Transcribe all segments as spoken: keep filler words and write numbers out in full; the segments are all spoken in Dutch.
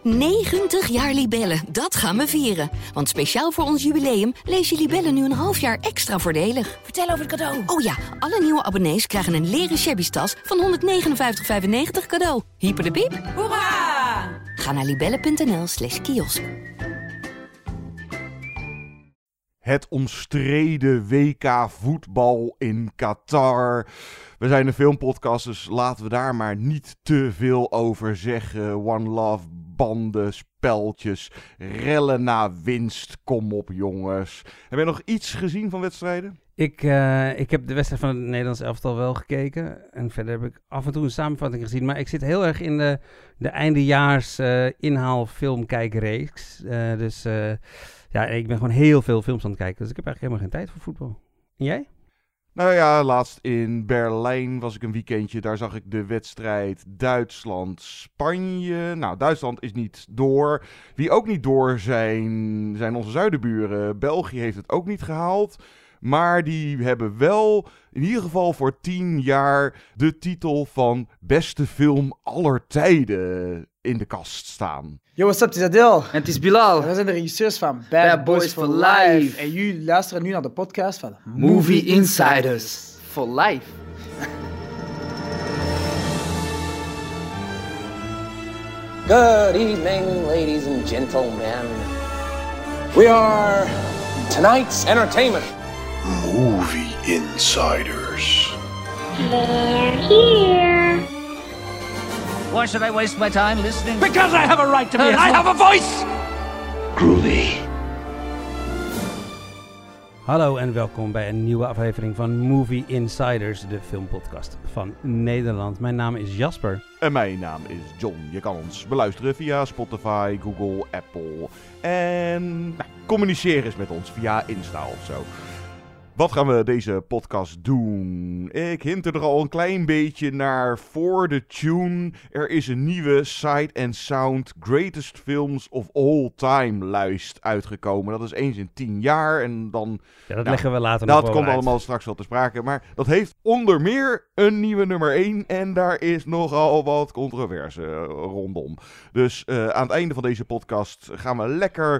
negentig jaar Libellen, dat gaan we vieren. Want speciaal voor ons jubileum lees je Libellen nu een half jaar extra voordelig. Vertel over het cadeau. Oh ja, alle nieuwe abonnees krijgen een leren shabby tas van honderdnegenenvijftig vijfennegentig cadeau. Hyper de piep. Hoera! Ga naar libellen.nl slash kiosk. Het omstreden W K voetbal in Qatar. We zijn een filmpodcast, dus laten we daar maar niet te veel over zeggen. One Love, banden, speltjes, rellen na winst. Kom op, jongens. Heb je nog iets gezien van wedstrijden? Ik, uh, ik heb de wedstrijd van het Nederlands elftal wel gekeken. En verder heb ik af en toe een samenvatting gezien. Maar ik zit heel erg in de, de eindejaars uh, inhaalfilmkijkreeks. Uh, dus uh, ja, ik ben gewoon heel veel films aan het kijken. Dus ik heb eigenlijk helemaal geen tijd voor voetbal. En jij? Nou ja, laatst in Berlijn was ik een weekendje. Daar zag ik de wedstrijd Duitsland-Spanje. Nou, Duitsland is niet door. Wie ook niet door zijn, zijn onze zuidenburen. België heeft het ook niet gehaald. Maar die hebben wel in ieder geval voor tien jaar de titel van beste film aller tijden in de kast staan. Yo, what's up, het is Adil. En het is Bilal. En wij zijn de regisseurs van Bad, Bad Boys, Boys for for Life. Life. En jullie luisteren nu naar de podcast van Movie Insiders. For life. Good evening, ladies and gentlemen. We are tonight's entertainment. Movie Insiders. They're here. Why should I waste my time listening? Because I have a right to be, and I have a voice! Groovy. Hallo en welkom bij een nieuwe aflevering van Movie Insiders, de filmpodcast van Nederland. Mijn naam is Jasper. En mijn naam is John. Je kan ons beluisteren via Spotify, Google, Apple. En nou, communiceer eens met ons via Insta of zo. Wat gaan we deze podcast doen? Ik hint er al een klein beetje naar voor de tune. Er is een nieuwe Sight and Sound Greatest Films of All Time lijst uitgekomen. Dat is eens in tien jaar en dan... Ja, dat nou, leggen we later dat nog wel komt uit. allemaal straks wel te sprake. Maar dat heeft onder meer een nieuwe nummer één. En daar is nogal wat controverse rondom. Dus uh, aan het einde van deze podcast gaan we lekker...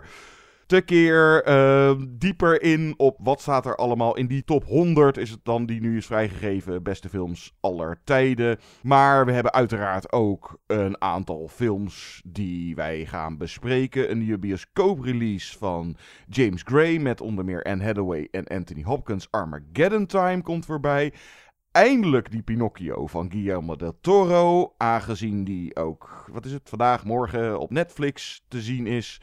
tekeer uh, dieper in op wat staat er allemaal in die top honderd is het dan die nu is vrijgegeven. Beste films aller tijden. Maar we hebben uiteraard ook een aantal films die wij gaan bespreken. Een nieuwe bioscooprelease van James Gray met onder meer Anne Hathaway en Anthony Hopkins. Armageddon Time komt voorbij. Eindelijk die Pinocchio van Guillermo del Toro. Aangezien die ook, wat is het, vandaag, morgen op Netflix te zien is.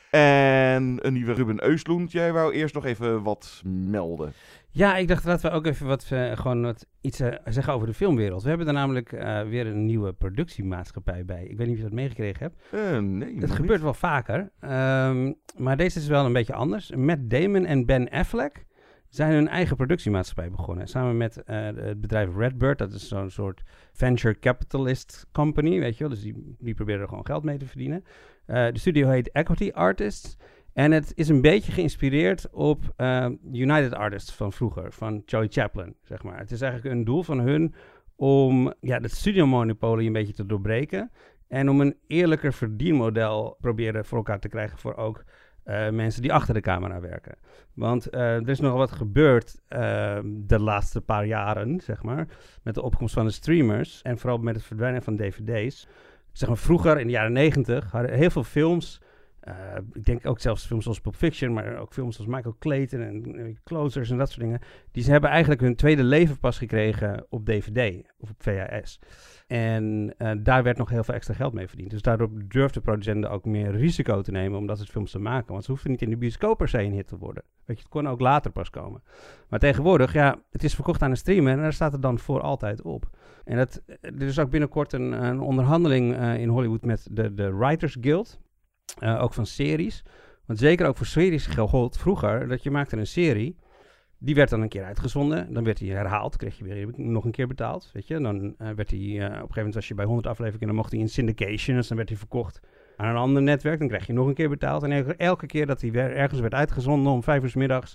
En een nieuwe Ruben Östlund. Jij wou eerst nog even wat melden. Ja, ik dacht laten we ook even wat, uh, gewoon wat iets uh, zeggen over de filmwereld. We hebben er namelijk uh, weer een nieuwe productiemaatschappij bij. Ik weet niet of je dat meegekregen hebt. Uh, nee. Het gebeurt niet. wel vaker. Um, maar deze is wel een beetje anders. Matt Damon en Ben Affleck zijn hun eigen productiemaatschappij begonnen. Samen met uh, het bedrijf Redbird. Dat is zo'n soort venture capitalist company, weet je wel. Dus die, die proberen er gewoon geld mee te verdienen. Uh, de studio heet Equity Artists. En het is een beetje geïnspireerd op uh, United Artists van vroeger. Van Charlie Chaplin, zeg maar. Het is eigenlijk een doel van hun om ja, het studiomonopolie een beetje te doorbreken. En om een eerlijker verdienmodel proberen voor elkaar te krijgen voor ook uh, mensen die achter de camera werken. Want uh, er is nogal wat gebeurd uh, de laatste paar jaren, zeg maar. Met de opkomst van de streamers. En vooral met het verdwijnen van D V D's. Zeg maar, vroeger in de jaren negentig hadden heel veel films, uh, ik denk ook zelfs films zoals Pulp Fiction, maar ook films zoals Michael Clayton en uh, Closers en dat soort dingen, die ze hebben eigenlijk hun tweede leven pas gekregen op D V D of op V H S. En uh, daar werd nog heel veel extra geld mee verdiend. Dus daardoor durfden producenten ook meer risico te nemen om dat soort films te maken. Want ze hoefden niet in de bioscoop per se een hit te worden. Weet je, het kon ook later pas komen. Maar tegenwoordig, ja, het is verkocht aan een streamer en daar staat het dan voor altijd op. En dat, er is ook binnenkort een, een onderhandeling uh, in Hollywood met de, de Writers Guild. Uh, ook van series. Want zeker ook voor series geldt vroeger dat je maakte een serie. Die werd dan een keer uitgezonden. Dan werd die herhaald. Kreeg je weer nog een keer betaald. Weet je? Dan uh, werd die uh, op een gegeven moment, als je bij honderd afleveringen, dan mocht hij in syndication. Dus dan werd hij verkocht aan een ander netwerk. Dan kreeg je nog een keer betaald. En elke, elke keer dat hij weer ergens werd uitgezonden om vijf uur 's middags,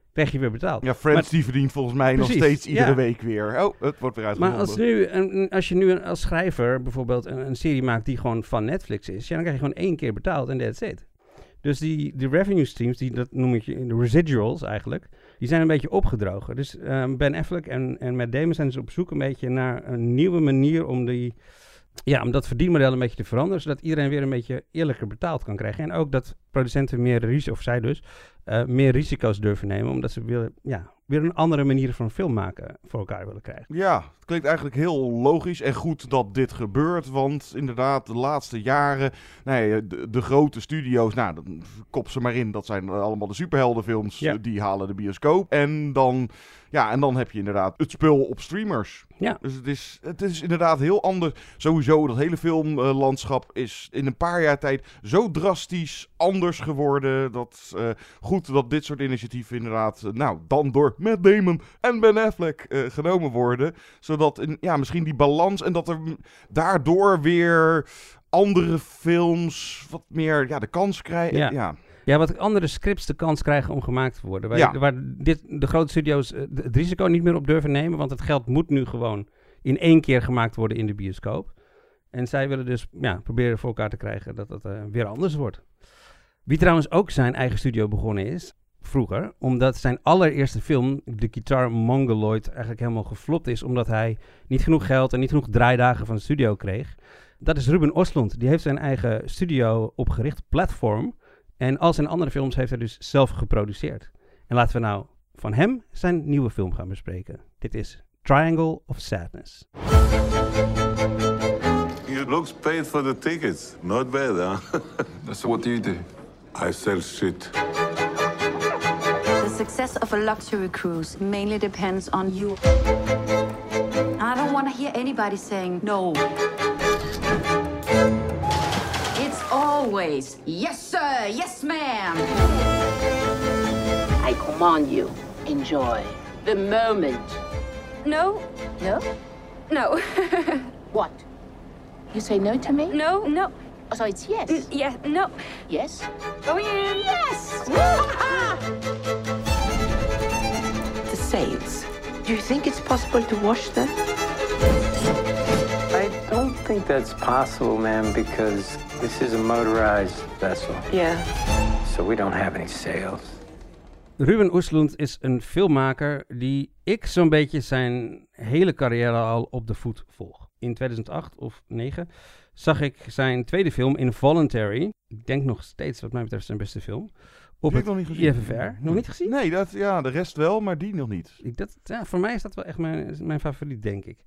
kreeg je weer betaald. Ja, Friends maar, die verdient volgens mij precies, nog steeds iedere ja. week weer. Oh, het wordt weer uitgezonden. Maar als, nu, een, als je nu als schrijver bijvoorbeeld een, een serie maakt die gewoon van Netflix is, ja, dan krijg je gewoon één keer betaald en that's it. Dus die, die revenue streams, die, dat noem ik je de residuals eigenlijk, die zijn een beetje opgedrogen. Dus um, Ben Affleck en, en Matt Damon zijn dus op zoek een beetje naar een nieuwe manier om, die, ja, om dat verdienmodel een beetje te veranderen, zodat iedereen weer een beetje eerlijker betaald kan krijgen. En ook dat producenten meer risico's, of zij dus, uh, meer risico's durven nemen, omdat ze weer, ja, weer een andere manier van film maken voor elkaar willen krijgen. Ja, het klinkt eigenlijk heel logisch en goed dat dit gebeurt, want inderdaad de laatste jaren, nee, de, de grote studio's, nou, dan kop ze maar in, dat zijn allemaal de superheldenfilms, ja. Die halen de bioscoop en dan, ja, en dan heb je inderdaad het spul op streamers. Ja. Dus het is, het is inderdaad heel anders. Sowieso, dat hele filmlandschap is in een paar jaar tijd zo drastisch anders geworden, dat uh, goed dat dit soort initiatieven inderdaad, uh, nou, dan door Matt Damon en Ben Affleck uh, genomen worden. Zodat in, ja, misschien die balans en dat er daardoor weer andere films wat meer ja, de kans krijgen. Ja. Ja. Ja, wat andere scripts de kans krijgen om gemaakt te worden. Waar, Ja. waar dit, de grote studio's uh, het risico niet meer op durven nemen. Want het geld moet nu gewoon in één keer gemaakt worden in de bioscoop. En zij willen dus ja, proberen voor elkaar te krijgen dat het uh, weer anders wordt. Wie trouwens ook zijn eigen studio begonnen is, vroeger, omdat zijn allereerste film, The Guitar Mongoloid, eigenlijk helemaal geflopt is. Omdat hij niet genoeg geld en niet genoeg draaidagen van de studio kreeg. Dat is Ruben Östlund. Die heeft zijn eigen studio opgericht, Platform. En al zijn andere films heeft hij dus zelf geproduceerd. En laten we nou van hem zijn nieuwe film gaan bespreken. Dit is Triangle of Sadness. You looks paid for the tickets. Not bad, huh? So what do you do? I sell shit. The success of a luxury cruise mainly depends on you. I don't want to hear anybody saying no. It's always, yes sir, yes ma'am. I command you, enjoy the moment. No. No? No. What? You say no to me? No, no. Oh, so it's yes? N- yeah, no. Yes? Oh yeah, yes! The sails. Do you think it's possible to wash them? I don't think that's possible, ma'am, because this is a motorized vessel. Yeah. So we don't have any sails. Ruben Östlund is een filmmaker die ik zo'n beetje zijn hele carrière al op de voet volg. In tweeduizend acht of negen zag ik zijn tweede film Involuntary. Ik denk nog steeds wat mij betreft zijn beste film. Op Die heb ik nog niet gezien. I F F R. Nog niet gezien? Nee, dat, ja, de rest wel, maar die nog niet. Ik, dat, ja, voor mij is dat wel echt mijn, mijn favoriet, denk ik.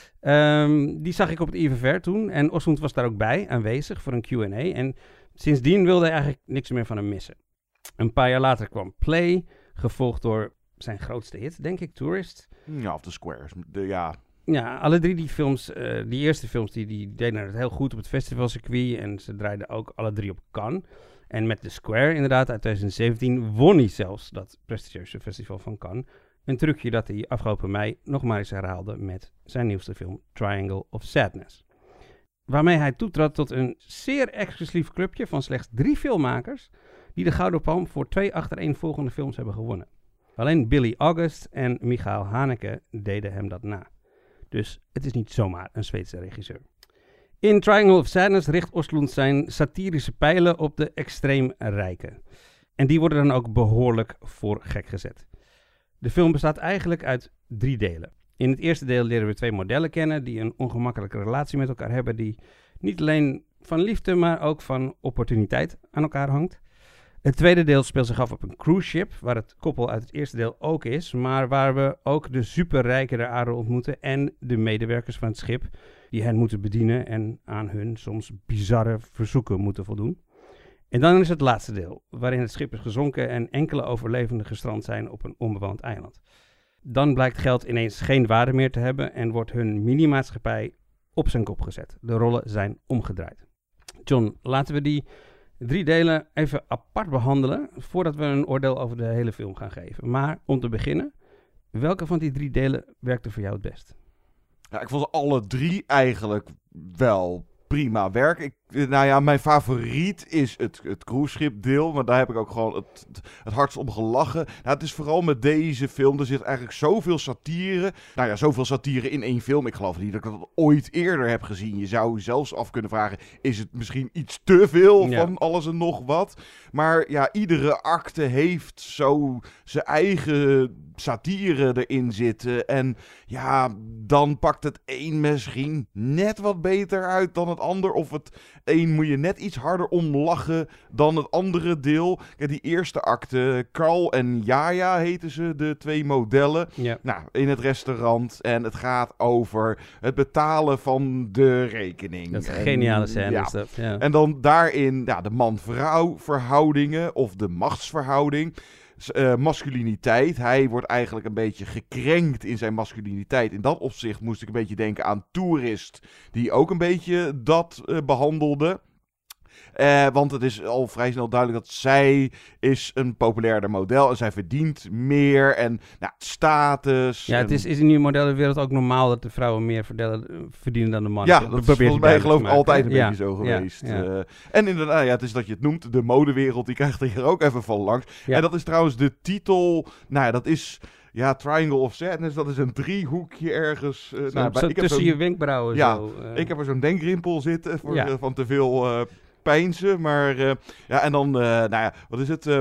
Um, die zag ik op het I F F R toen. En Östlund was daar ook bij, aanwezig voor een Q en A. En sindsdien wilde hij eigenlijk niks meer van hem missen. Een paar jaar later kwam Play, gevolgd door zijn grootste hit, denk ik, Tourist. Ja, of The Squares. De, ja... Ja, alle drie die films, uh, die eerste films, die, die deden het heel goed op het festivalcircuit. En ze draaiden ook alle drie op Cannes. En met The Square, inderdaad, uit tweeduizend zeventien won hij zelfs dat prestigieuze festival van Cannes. Een trucje dat hij afgelopen mei nog maar eens herhaalde met zijn nieuwste film Triangle of Sadness. Waarmee hij toetrad tot een zeer exclusief clubje van slechts drie filmmakers die de Gouden Palm voor twee achtereenvolgende films hebben gewonnen. Alleen Billy August en Michael Haneke deden hem dat na. Dus het is niet zomaar een Zweedse regisseur. In Triangle of Sadness richt Östlund zijn satirische pijlen op de extreem rijken. En die worden dan ook behoorlijk voor gek gezet. De film bestaat eigenlijk uit drie delen. In het eerste deel leren we twee modellen kennen die een ongemakkelijke relatie met elkaar hebben die niet alleen van liefde, maar ook van opportuniteit aan elkaar hangt. Het tweede deel speelt zich af op een cruise ship, waar het koppel uit het eerste deel ook is, maar waar we ook de superrijken der aarde ontmoeten en de medewerkers van het schip die hen moeten bedienen en aan hun soms bizarre verzoeken moeten voldoen. En dan is het laatste deel, waarin het schip is gezonken en enkele overlevenden gestrand zijn op een onbewoond eiland. Dan blijkt geld ineens geen waarde meer te hebben en wordt hun minimaatschappij op zijn kop gezet. De rollen zijn omgedraaid. John, laten we die drie delen even apart behandelen voordat we een oordeel over de hele film gaan geven. Maar om te beginnen, welke van die drie delen werkte voor jou het best? Ja, ik vond alle drie eigenlijk wel prima werk. Ik Nou ja, mijn favoriet is het, het cruiseschipdeel. Maar daar heb ik ook gewoon het, het hardst om gelachen. Nou, het is vooral met deze film. Er zit eigenlijk zoveel satire. Nou ja, zoveel satire in één film. Ik geloof niet dat ik dat ooit eerder heb gezien. Je zou zelfs af kunnen vragen, is het misschien iets te veel Ja. van alles en nog wat? Maar ja, iedere acte heeft zo zijn eigen satire erin zitten. En ja, dan pakt het een misschien net wat beter uit dan het ander. Of het een moet je net iets harder om lachen dan het andere deel. Kijk, die eerste acte, Carl en Yaya heten ze, de twee modellen. Ja. Nou, in het restaurant. En het gaat over het betalen van de rekening. Dat is een En, geniale scène. ja. Is dat, ja. En dan daarin ja, de man-vrouw verhoudingen of de machtsverhouding. Uh, masculiniteit. Hij wordt eigenlijk een beetje gekrenkt in zijn masculiniteit. In dat opzicht moest ik een beetje denken aan Toerist, die ook een beetje dat uh, behandelde. Uh, want het is al vrij snel duidelijk dat zij is een populairder model en zij verdient meer en nou, status. Ja, en... het is, is in die modellenwereld ook normaal dat de vrouwen meer verdelen, verdienen dan de mannen. Ja, dat is volgens mij geloof ik altijd een ja. beetje zo geweest. Ja, ja. Uh, en inderdaad, ja, het is dat je het noemt, de modewereld, die krijgt er hier ook even van langs. Ja. En dat is trouwens de titel, nou ja, dat is... Ja, Triangle of Sadness, dat is een driehoekje ergens. Uh, zo, nou, zo ik heb tussen je wenkbrauwen. Ja, zo, uh... ik heb er zo'n denkrimpel zitten voor, ja. uh, van te veel... Uh, pijnsen, maar uh, ja, en dan, uh, nou ja, wat is het? Uh,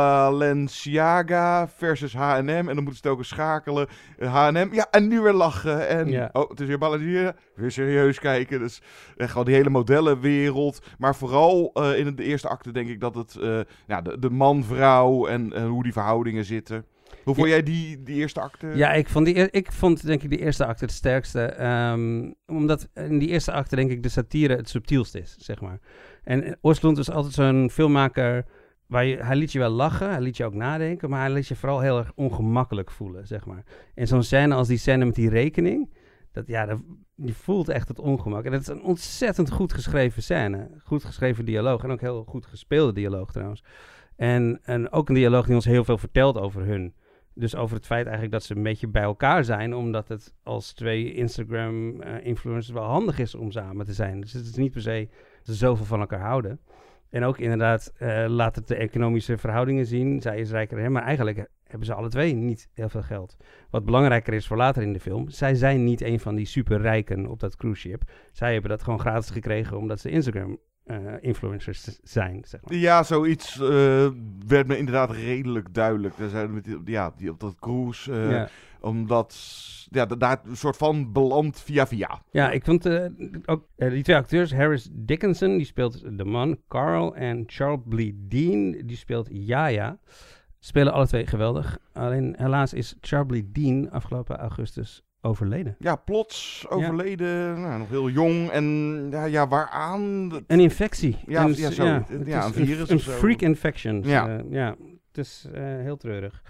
Balenciaga versus H en M. En dan moeten ze telkens schakelen. Uh, H en M, ja, en nu weer lachen. En, ja. oh, het is weer Balenciaga, weer serieus kijken. Dus uh, gewoon die hele modellenwereld. Maar vooral uh, in de eerste acte denk ik dat het, uh, ja, de, de man-vrouw en uh, hoe die verhoudingen zitten. Hoe vond ja. jij die, die eerste acte? Ja, ik vond, die, ik vond denk ik de eerste acte het sterkste. Um, omdat in die eerste acte denk ik de satire het subtielst is, zeg maar. En Östlund is altijd zo'n filmmaker waar je, hij liet je wel lachen, hij liet je ook nadenken, maar hij liet je vooral heel erg ongemakkelijk voelen, zeg maar. En zo'n scène als die scène met die rekening, dat, ja, dat, je voelt echt het ongemak. En dat is een ontzettend goed geschreven scène. Goed geschreven dialoog en ook heel goed gespeelde dialoog trouwens. En, en ook een dialoog die ons heel veel vertelt over hun. Dus over het feit eigenlijk dat ze een beetje bij elkaar zijn, omdat het als twee Instagram-influencers wel handig is om samen te zijn. Dus het is niet per se dat ze zoveel van elkaar houden. En ook inderdaad uh, laat het de economische verhoudingen zien. Zij is rijker dan hem, maar eigenlijk hebben ze alle twee niet heel veel geld. Wat belangrijker is voor later in de film, zij zijn niet een van die superrijken op dat cruise ship. Zij hebben dat gewoon gratis gekregen omdat ze Instagram Uh, influencers zijn, zeg maar. Ja, zoiets uh, werd me inderdaad redelijk duidelijk. Er zijn met die, ja, die op dat cruise, uh, ja. omdat ja, daar een soort van beland via via. Ja, ik vond uh, ook uh, die twee acteurs, Harris Dickinson, die speelt de man, Carl, en Charlie Dean, die speelt Yaya. Spelen alle twee geweldig. Alleen helaas is Charlie Dean afgelopen augustus overleden. Ja, plots overleden, ja. Nou, nog heel jong en ja, ja waaraan? Een infectie. Ja, een, ja, zo, ja, ja een virus Een, of zo. Een freak infection. Ja. Uh, ja, het is uh, heel treurig.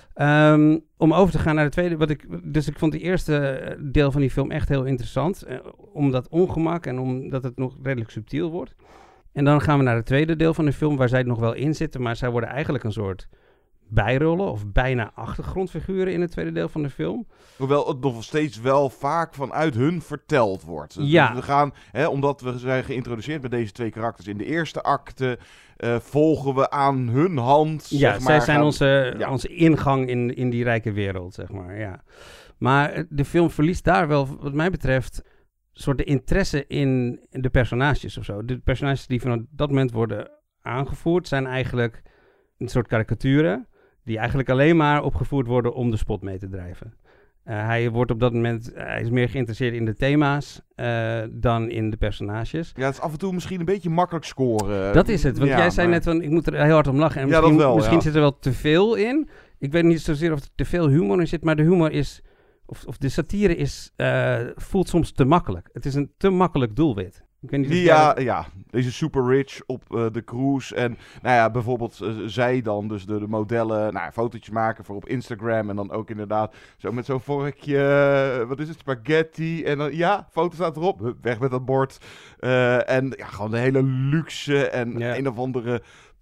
Um, om over te gaan naar de tweede, wat ik, dus ik vond die eerste deel van die film echt heel interessant, uh, om dat ongemak en omdat het nog redelijk subtiel wordt. En dan gaan we naar het tweede deel van de film, waar zij nog wel in zitten, maar zij worden eigenlijk een soort bijrollen of bijna achtergrondfiguren in het tweede deel van de film. Hoewel het nog steeds wel vaak vanuit hun verteld wordt. Ja. We gaan, hè, omdat we zijn geïntroduceerd met deze twee karakters in de eerste acte, uh, volgen we aan hun hand. Ja, zeg maar, zij zijn gaan, onze, ja. onze ingang in, in die rijke wereld, zeg maar. Ja. Maar de film verliest daar wel, wat mij betreft, soort de interesse in de personages of zo. De personages die vanaf dat moment worden aangevoerd, zijn eigenlijk een soort karikaturen die eigenlijk alleen maar opgevoerd worden om de spot mee te drijven. Uh, hij wordt op dat moment, uh, hij is meer geïnteresseerd in de thema's uh, dan in de personages. Ja, het is af en toe misschien een beetje makkelijk scoren. Dat is het, want ja, jij zei maar... net van, ik moet er heel hard om lachen. En ja, misschien, dat wel, misschien ja. zit er wel te veel in. Ik weet niet zozeer of er te veel humor in zit, maar de humor is, of, of de satire is, uh, voelt soms te makkelijk. Het is een te makkelijk doelwit. Ik weet niet of ja, jij... ja, deze super rich op uh, de cruise. En nou ja, bijvoorbeeld uh, zij dan, dus de, de modellen, nou, fotootjes maken voor op Instagram. En dan ook inderdaad zo met zo'n vorkje, uh, wat is het, spaghetti. En dan, ja, foto staat erop, weg met dat bord. Uh, en ja, gewoon de hele luxe en ja. een of andere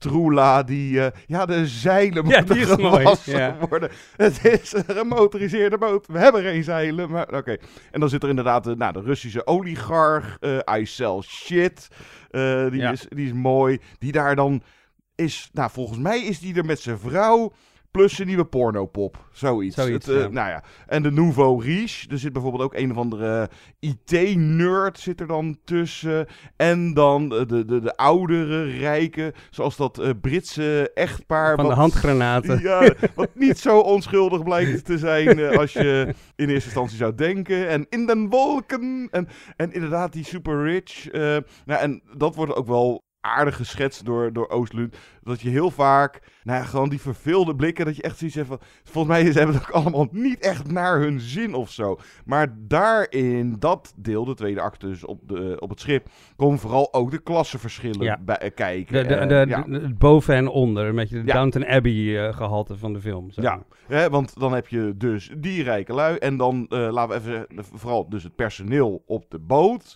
Troela, die... Uh, ja, de zeilen ja, moeten die is gewassen mooi, ja. worden. Het is een gemotoriseerde boot. We hebben geen zeilen, maar oké. Okay. En dan zit er inderdaad de, nou, de Russische oligarch. Uh, I sell shit. Uh, die, ja. is, die is mooi. Die daar dan is... Nou, volgens mij is die er met zijn vrouw... Plus een nieuwe pornopop. Zoiets. Zoiets het, uh, ja. Nou ja. En de Nouveau Riche. Er zit bijvoorbeeld ook een of andere I T-nerd zit er dan tussen. En dan de, de, de, de oudere rijken. Zoals dat uh, Britse echtpaar. Van wat, de handgranaten. Ja, wat niet zo onschuldig blijkt te zijn uh, als je in eerste instantie zou denken. En in den wolken. En, en inderdaad die super rich. Uh, nou, en dat wordt ook wel... aardig geschetst door, door Oostlund. Dat je heel vaak, nou ja, gewoon die verveelde blikken, dat je echt zoiets hebt van... Volgens mij hebben het ook allemaal niet echt naar hun zin of zo. Maar daarin, dat deel, de tweede acte dus op, de, op het schip, komen vooral ook de klassenverschillen ja. bij, uh, kijken. De, de, uh, de, ja. de, de, boven en onder, een beetje de ja. Downton Abbey uh, gehalte van de film. Zeg maar. Ja, hè, want dan heb je dus die rijke lui. En dan, uh, laten we even, vooral dus het personeel op de boot...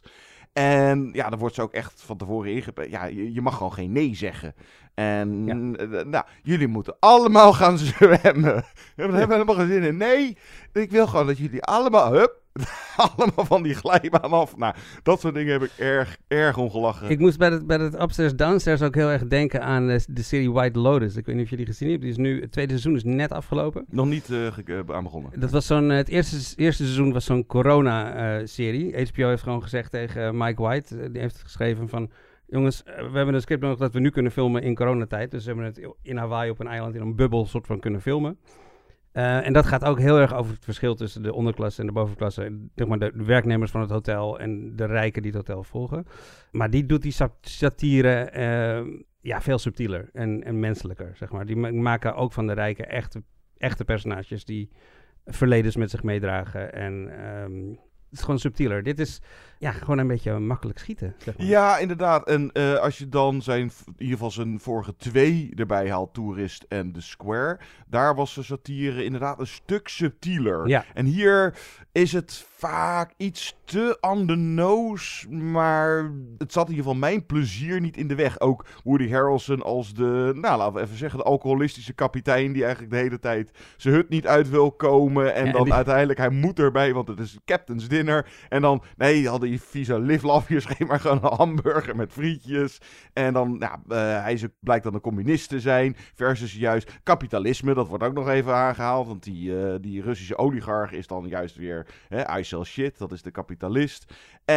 En ja, dan wordt ze ook echt van tevoren ingepe... Ja, je, je mag gewoon geen nee zeggen. En ja. uh, nou, jullie moeten allemaal gaan zwemmen. We hebben helemaal geen zin in. Nee, ik wil gewoon dat jullie allemaal... Hup, allemaal van die glijbaan af. Nou, dat soort dingen heb ik erg, erg om gelachen. Ik moest bij het, bij het Upstairs Downstairs ook heel erg denken aan de, de serie White Lotus. Ik weet niet of jullie die gezien hebben. Die is nu, het tweede seizoen is net afgelopen. Nog niet uh, ge- uh, aan begonnen. Dat was zo'n, het eerste, eerste seizoen was zo'n corona-serie. Uh, H B O heeft gewoon gezegd tegen uh, Mike White, uh, die heeft het geschreven van... Jongens, uh, we hebben een script nodig dat we nu kunnen filmen in coronatijd. Dus we hebben het in Hawaii op een eiland in een bubbel soort van kunnen filmen. Uh, en dat gaat ook heel erg over het verschil tussen de onderklasse en de bovenklasse. Zeg maar de, de werknemers van het hotel en de rijken die het hotel volgen. Maar die doet die satire uh, ja, veel subtieler en, en menselijker, zeg maar. Die ma- maken ook van de rijken echte, echte personages die verledens met zich meedragen. En um, het is gewoon subtieler. Dit is ja, gewoon een beetje makkelijk schieten, zeg maar. Ja, inderdaad. En uh, als je dan zijn, in ieder geval zijn vorige twee erbij haalt, Tourist en The Square, daar was de satire inderdaad een stuk subtieler. Ja. En hier is het vaak iets te on the nose, maar het zat in ieder geval mijn plezier niet in de weg. Ook Woody Harrelson als de, nou laten we even zeggen, de alcoholistische kapitein die eigenlijk de hele tijd zijn hut niet uit wil komen. En ja, dan die... uiteindelijk, hij moet erbij, want het is Captain's Dinner. En dan, nee, hadden die vieze livlafjes, geef maar gewoon een hamburger met frietjes. En dan, nou, uh, hij is ook, blijkt dan een communist te zijn, versus juist kapitalisme. Dat wordt ook nog even aangehaald, want die, uh, die Russische oligarch is dan juist weer, hè, I sell shit, dat is de kapitalist.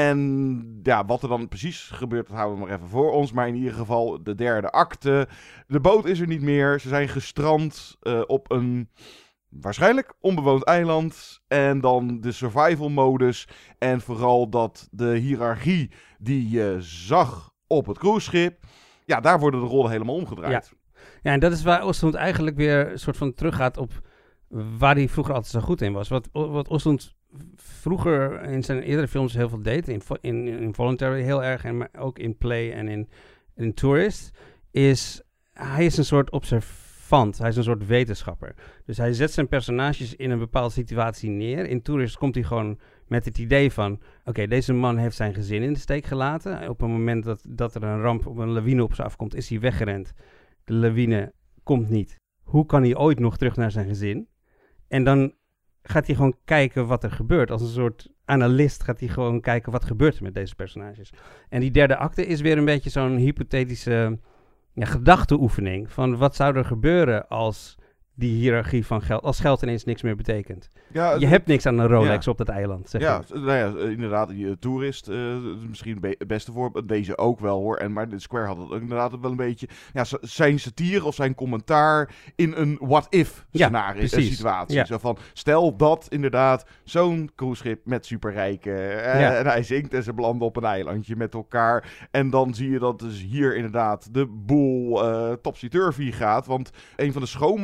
En ja, wat er dan precies gebeurt, dat houden we maar even voor ons. Maar in ieder geval de derde acte. De boot is er niet meer. Ze zijn gestrand uh, op een waarschijnlijk onbewoond eiland. En dan de survival modus. En vooral dat de hiërarchie die je zag op het cruiseschip. Ja, daar worden de rollen helemaal omgedraaid. Ja, ja en dat is waar Oostland eigenlijk weer een soort van teruggaat op waar hij vroeger altijd zo goed in was. Wat, wat Oostland vroeger in zijn eerdere films heel veel deed, in, in, in Involuntary heel erg, en maar ook in Play en in, in Tourist, is hij is een soort observant, hij is een soort wetenschapper. Dus hij zet zijn personages in een bepaalde situatie neer. In Tourist komt hij gewoon met het idee van, oké, okay, deze man heeft zijn gezin in de steek gelaten. Op het moment dat, dat er een ramp, op een lawine op ze afkomt, is hij weggerend. De lawine komt niet. Hoe kan hij ooit nog terug naar zijn gezin? En dan gaat hij gewoon kijken wat er gebeurt. Als een soort analist gaat hij gewoon kijken wat gebeurt er met deze personages. En die derde acte is weer een beetje zo'n hypothetische ja, gedachteoefening van wat zou er gebeuren als die hiërarchie van geld, als geld ineens niks meer betekent. Ja, je hebt niks aan een Rolex ja. op dat eiland, zeg ja, maar. Nou ja, inderdaad, die uh, Tourist, uh, misschien het be- beste voorbeeld, deze ook wel hoor. En, maar de Square had het ook inderdaad wel een beetje, ja, z- zijn satire of zijn commentaar in een what-if scenario, ja, situatie. Ja. Zo van, stel dat inderdaad zo'n cruiseschip met superrijken, uh, ja. en hij zinkt en ze belanden op een eilandje met elkaar. En dan zie je dat dus hier inderdaad de boel uh, topsy-turvy gaat, want een van de schoonmaaksters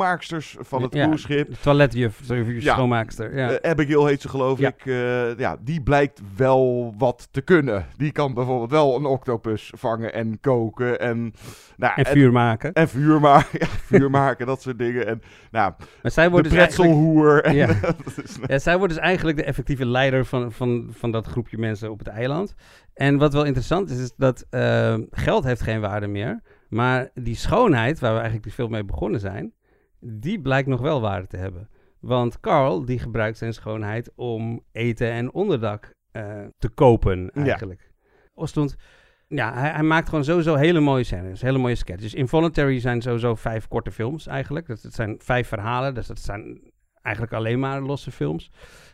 chauffeurs van het ja, cruiseschip. De toiletjuf, ja. schoonmaakster. Ja. Uh, Abigail heet ze geloof ja. ik. Uh, ja, die blijkt wel wat te kunnen. Die kan bijvoorbeeld wel een octopus vangen en koken. En, nou, en vuur en, maken. En vuur maken, ja, vuur maken, dat soort dingen. En, nou, maar zij wordt de dus pretzelhoer. En, ja. is, ja, zij wordt dus eigenlijk de effectieve leider van, van, van dat groepje mensen op het eiland. En wat wel interessant is, is dat uh, geld heeft geen waarde meer. Maar die schoonheid, waar we eigenlijk veel mee begonnen zijn, die blijkt nog wel waarde te hebben. Want Carl, die gebruikt zijn schoonheid om eten en onderdak uh, te kopen, eigenlijk. Ja. Ostlund, ja, hij, hij maakt gewoon sowieso hele mooie scènes, hele mooie sketches. Involuntary zijn sowieso vijf korte films, eigenlijk. Dat, dat zijn vijf verhalen, dus dat zijn eigenlijk alleen maar losse films.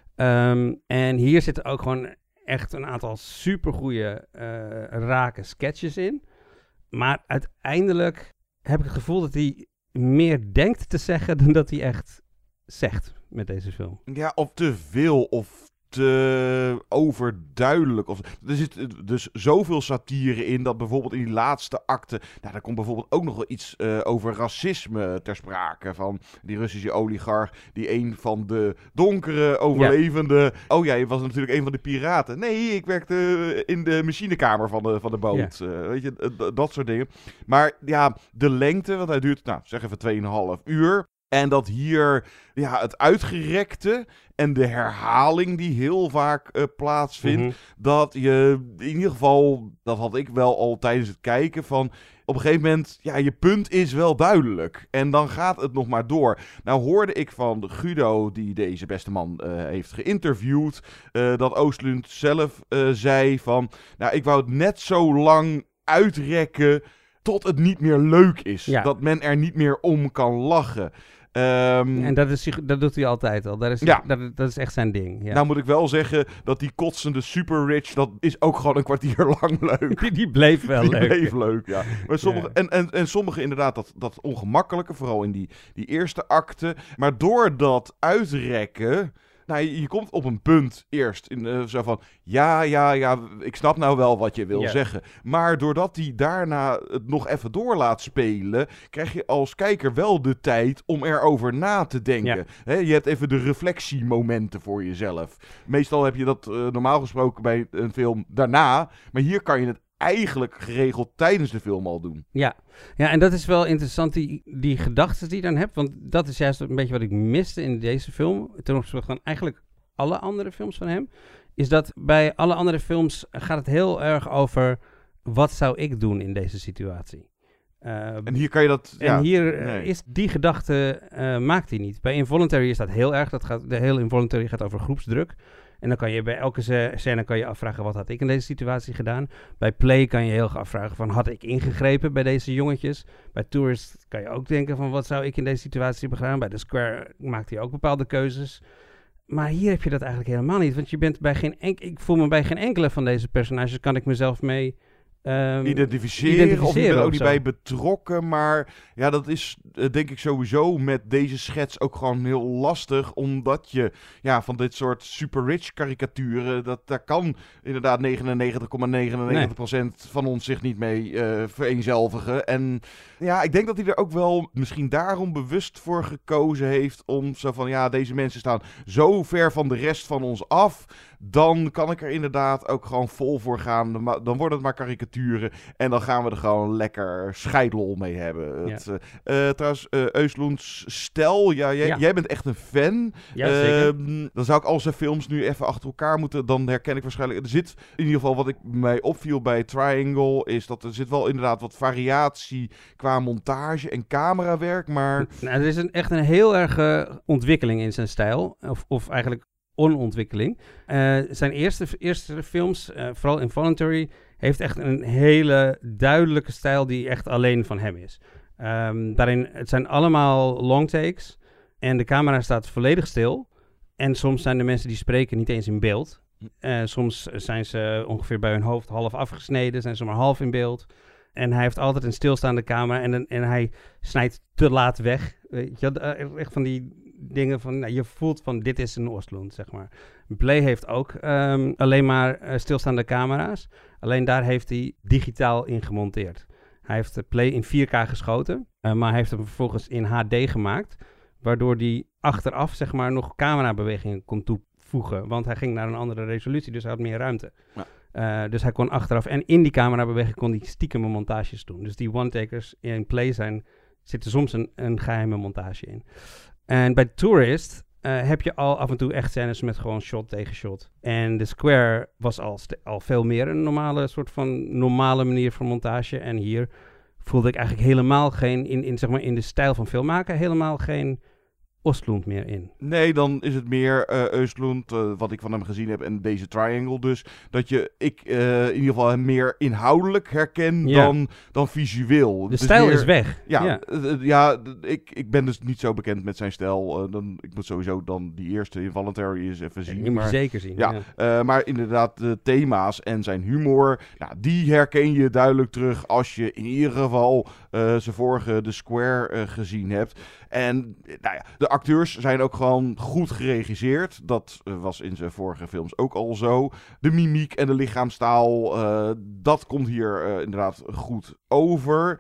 Um, en hier zitten ook gewoon echt een aantal supergoeie, uh, rake sketches in. Maar uiteindelijk heb ik het gevoel dat hij meer denkt te zeggen dan dat hij echt zegt met deze film. Ja, of te veel of te overduidelijk. Of, er zit dus zoveel satire in dat bijvoorbeeld in die laatste acte, nou, daar komt bijvoorbeeld ook nog wel iets uh, over racisme ter sprake van die Russische oligarch die een van de donkere overlevenden. Ja. Oh ja, je was natuurlijk een van de piraten. Nee, ik werkte in de machinekamer van de, van de boot. Ja. Uh, weet je, d- dat soort dingen. Maar ja, de lengte, want hij duurt, nou, zeg even tweeënhalf uur. En dat hier ja, het uitgerekte en de herhaling die heel vaak uh, plaatsvindt, mm-hmm. dat je in ieder geval, dat had ik wel al tijdens het kijken, van op een gegeven moment, ja, je punt is wel duidelijk. En dan gaat het nog maar door. Nou hoorde ik van Guido, die deze beste man uh, heeft geïnterviewd, uh, dat Ostlund zelf uh, zei van, nou, ik wou het net zo lang uitrekken tot het niet meer leuk is. Ja. Dat men er niet meer om kan lachen. Um, en dat, is, dat doet hij altijd al. Dat is, ja. dat, dat is echt zijn ding. Ja. Nou moet ik wel zeggen dat die kotsende super rich, dat is ook gewoon een kwartier lang leuk. Die, die bleef wel die leuk. Die bleef leuk, ja. Maar sommige, ja. En, en, en sommige inderdaad dat, dat ongemakkelijke, vooral in die, die eerste acte. Maar door dat uitrekken, nou, je, je komt op een punt eerst in uh, zo van, ja, ja, ja, ik snap nou wel wat je wil ja. zeggen. Maar doordat hij daarna het nog even door laat spelen, krijg je als kijker wel de tijd om erover na te denken. Ja. He, je hebt even de reflectiemomenten voor jezelf. Meestal heb je dat uh, normaal gesproken bij een film daarna, maar hier kan je het eigenlijk geregeld tijdens de film al doen. Ja, ja, en dat is wel interessant, die, die gedachten die je dan hebt. Want dat is juist een beetje wat ik miste in deze film. Ten opzichte van eigenlijk alle andere films van hem. Is dat bij alle andere films gaat het heel erg over, wat zou ik doen in deze situatie? Uh, en hier kan je dat... En ja, hier nee. is die gedachte, uh, maakt hij niet. Bij Involuntary is dat heel erg. Dat gaat, de hele Involuntary gaat over groepsdruk. En dan kan je bij elke scène kan je afvragen, wat had ik in deze situatie gedaan? Bij Play kan je heel erg afvragen van, had ik ingegrepen bij deze jongetjes? Bij Tourist kan je ook denken van, wat zou ik in deze situatie hebben gedaan? Bij The Square maakt hij ook bepaalde keuzes. Maar hier heb je dat eigenlijk helemaal niet. Want je bent bij geen enk- ik voel me bij geen enkele van deze personages, kan ik mezelf mee... Um, identificeren, identificeren of je bent er ook niet zo. bij betrokken, maar ja, dat is uh, denk ik sowieso met deze schets ook gewoon heel lastig, omdat je ja, van dit soort super rich karikaturen, dat daar kan inderdaad negenennegentig komma negenennegentig procent nee. van ons zich niet mee uh, vereenzelvigen. En ja, ik denk dat hij er ook wel misschien daarom bewust voor gekozen heeft om zo van, ja, deze mensen staan zo ver van de rest van ons af, dan kan ik er inderdaad ook gewoon vol voor gaan. Dan wordt het maar karikaturen en dan gaan we er gewoon lekker scheidlol mee hebben. Ja. Het, uh, uh, trouwens, uh, Östlunds stijl, ja, jij, ja. jij bent echt een fan. Ja, zeker. Uh, dan zou ik al zijn films nu even achter elkaar moeten, dan herken ik waarschijnlijk... Er zit in ieder geval, wat ik mij opviel bij Triangle, is dat er zit wel inderdaad wat variatie qua montage en camerawerk, maar... Nou, er is een, echt een heel erge ontwikkeling in zijn stijl, of, of eigenlijk onontwikkeling. Uh, zijn eerste, eerste films, uh, vooral Involuntary, heeft echt een hele duidelijke stijl die echt alleen van hem is. Um, daarin, het zijn allemaal long takes en de camera staat volledig stil. En soms zijn de mensen die spreken niet eens in beeld. Uh, soms zijn ze ongeveer bij hun hoofd half afgesneden, zijn ze maar half in beeld. En hij heeft altijd een stilstaande camera en, en hij snijdt te laat weg. Weet je, echt van die dingen van, nou, je voelt van, dit is een Ostlund, zeg maar. Play heeft ook um, alleen maar uh, stilstaande camera's. Alleen daar heeft hij digitaal in gemonteerd. Hij heeft de Play in vier K geschoten, uh, maar hij heeft hem vervolgens in H D gemaakt. waardoor hij achteraf zeg maar nog camerabewegingen kon toevoegen. Want hij ging naar een andere resolutie, dus hij had meer ruimte. Ja. Uh, dus hij kon achteraf en in die camerabeweging kon hij stiekeme montages doen. Dus die one-takers in play zijn, zit er soms een, een geheime montage in. En bij Tourist uh, heb je al af en toe echt scènes met gewoon shot tegen shot. En The Square was al, st- al veel meer een normale soort van normale manier van montage. En hier voelde ik eigenlijk helemaal geen, in, in, zeg maar in de stijl van filmmaken, helemaal geen Östlund meer in. Nee, dan is het meer uh, Östlund, uh, wat ik van hem gezien heb, en deze triangle dus. Dat je, ik uh, in ieder geval hem meer inhoudelijk herken ja. dan, dan visueel. De dus stijl meer, is weg. Ja, ja. Uh, ja ik, ik ben dus niet zo bekend met zijn stijl. Uh, dan, ik moet sowieso dan die eerste Involuntary eens even zien. Die moet je maar, zeker zien. Ja, ja. Uh, maar inderdaad, de thema's en zijn humor, nou, die herken je duidelijk terug als je in ieder geval uh, zijn vorige The Square uh, gezien hebt. En nou ja, de acteurs zijn ook gewoon goed geregisseerd. Dat uh, was in zijn vorige films ook al zo. De mimiek en de lichaamstaal, uh, dat komt hier uh, inderdaad goed over.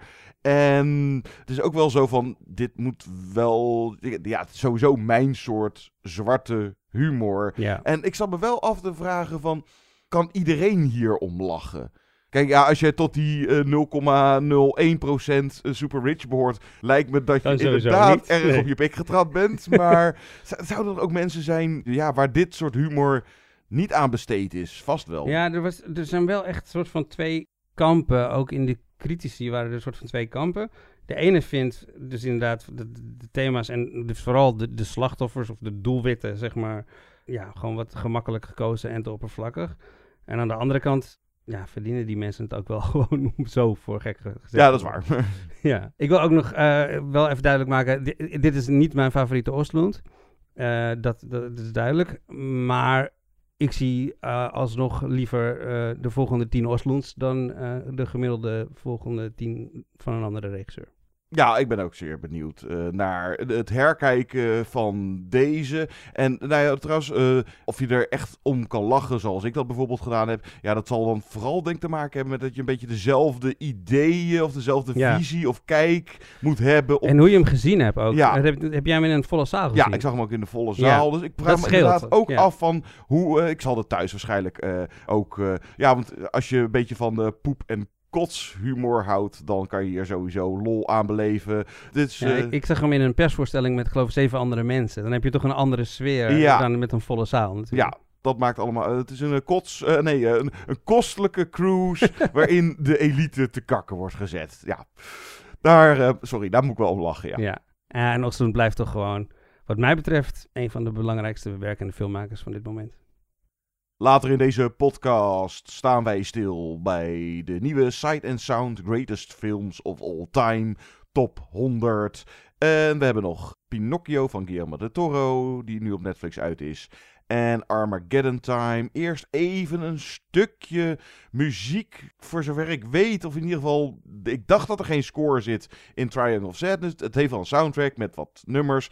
En het is ook wel zo van, dit moet wel, ja, het is sowieso mijn soort zwarte humor. Ja. En ik zat me wel af te vragen van, kan iedereen hier om lachen? Kijk, ja, als je tot die uh, nul komma nul één procent super rich behoort, lijkt me dat je inderdaad niet. erg nee. op je pik getrapt bent. Maar zouden er ook mensen zijn ja, waar dit soort humor niet aan besteed is? Vast wel. Ja, er, was, er zijn wel echt een soort van twee kampen. Ook in de critici waren er een soort van twee kampen. De ene vindt dus inderdaad de, de thema's en dus vooral de, de slachtoffers of de doelwitten, zeg maar, ja, gewoon wat gemakkelijk gekozen en te oppervlakkig. En aan de andere kant, ja, verdienen die mensen het ook wel gewoon zo voor gek gezegd. Ja, dat is waar. Ja, ik wil ook nog uh, wel even duidelijk maken, dit, dit is niet mijn favoriete Östlund. Uh, dat, dat, dat is duidelijk. Maar ik zie uh, alsnog liever uh, de volgende tien Östlunds dan uh, de gemiddelde volgende tien van een andere regisseur. Ja, ik ben ook zeer benieuwd uh, naar het herkijken van deze. En nou ja, trouwens, uh, of je er echt om kan lachen zoals ik dat bijvoorbeeld gedaan heb. Ja, dat zal dan vooral denk ik te maken hebben met dat je een beetje dezelfde ideeën of dezelfde ja. visie of kijk moet hebben. Op... En hoe je hem gezien hebt ook. Ja. Heb, heb jij hem in een volle zaal gezien? Ja, ik zag hem ook in de volle zaal. Ja. Dus ik vraag dat me inderdaad ook ja. af van hoe... Uh, ik zal er thuis waarschijnlijk uh, ook... Uh, ja, want als je een beetje van de poep en kotshumor houdt, dan kan je hier sowieso lol aan beleven. Dus, ja, uh... ik, ik zag hem in een persvoorstelling met geloof ik zeven andere mensen. Dan heb je toch een andere sfeer ja. dan met een volle zaal natuurlijk. Ja, dat maakt allemaal... Uh, het is een kots... Uh, nee, uh, een, een kostelijke cruise waarin de elite te kakken wordt gezet. Ja, daar... Uh, sorry, daar moet ik wel om lachen, ja. Ja, en Östlund blijft toch gewoon, wat mij betreft, een van de belangrijkste werkende filmmakers van dit moment. Later in deze podcast staan wij stil bij de nieuwe Sight and Sound Greatest Films of All Time Top honderd. En we hebben nog Pinocchio van Guillermo del Toro, die nu op Netflix uit is. En Armageddon Time. Eerst even een stukje muziek, voor zover ik weet. Of in ieder geval, ik dacht dat er geen score zit in Triangle of Sadness. Het heeft wel een soundtrack met wat nummers.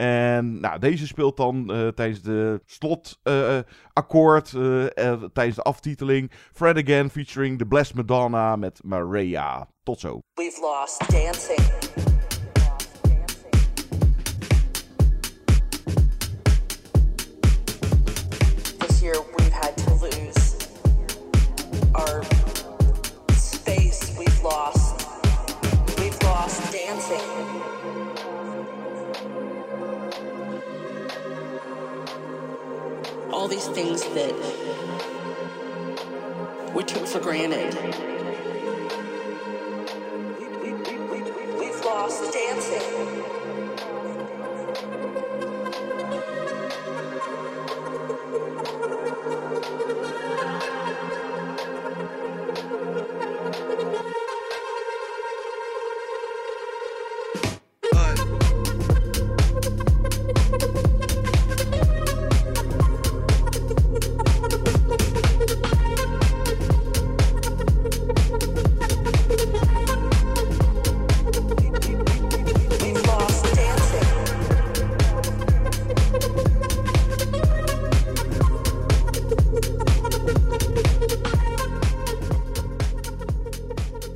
En nou, deze speelt dan uh, tijdens de slotakkoord, uh, uh, uh, tijdens de aftiteling. Fred Again featuring The Blessed Madonna met Maria. Tot zo. We've lost dancing. Year we've had to lose our space, we've lost we've lost dancing, all these things that we took for granted. we, we, we, we, we've lost dancing.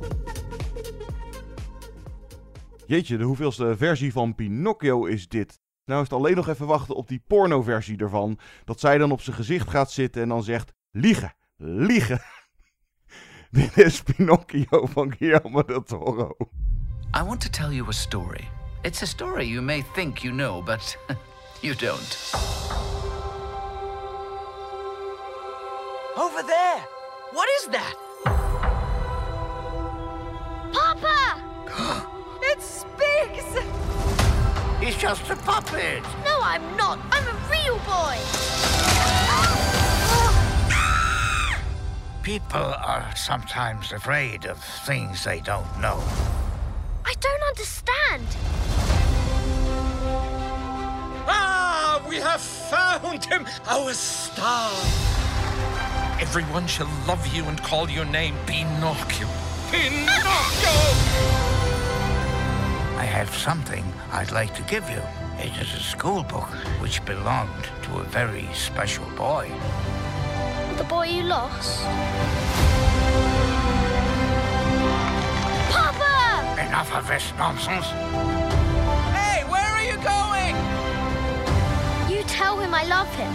Jeetje, de hoeveelste versie van Pinocchio is dit Nou is het alleen nog even wachten op die pornoversie ervan. Dat zij dan op zijn gezicht gaat zitten en dan zegt... Liegen, liegen. Dit is Pinocchio van Guillermo del Toro. I want to tell you a story. It's a story you may think you know, but you don't. Over there! What is that? Papa! It speaks! He's just a puppet. No, I'm not. I'm a real boy. People are sometimes afraid of things they don't know. I don't understand. Ah, we have found him, our star. Everyone shall love you and call your name Pinocchio. Pinocchio! I have something I'd like to give you. It is a school book which belonged to a very special boy. The boy you lost? Papa! Enough of this nonsense. Hey, where are you going? You tell him I love him.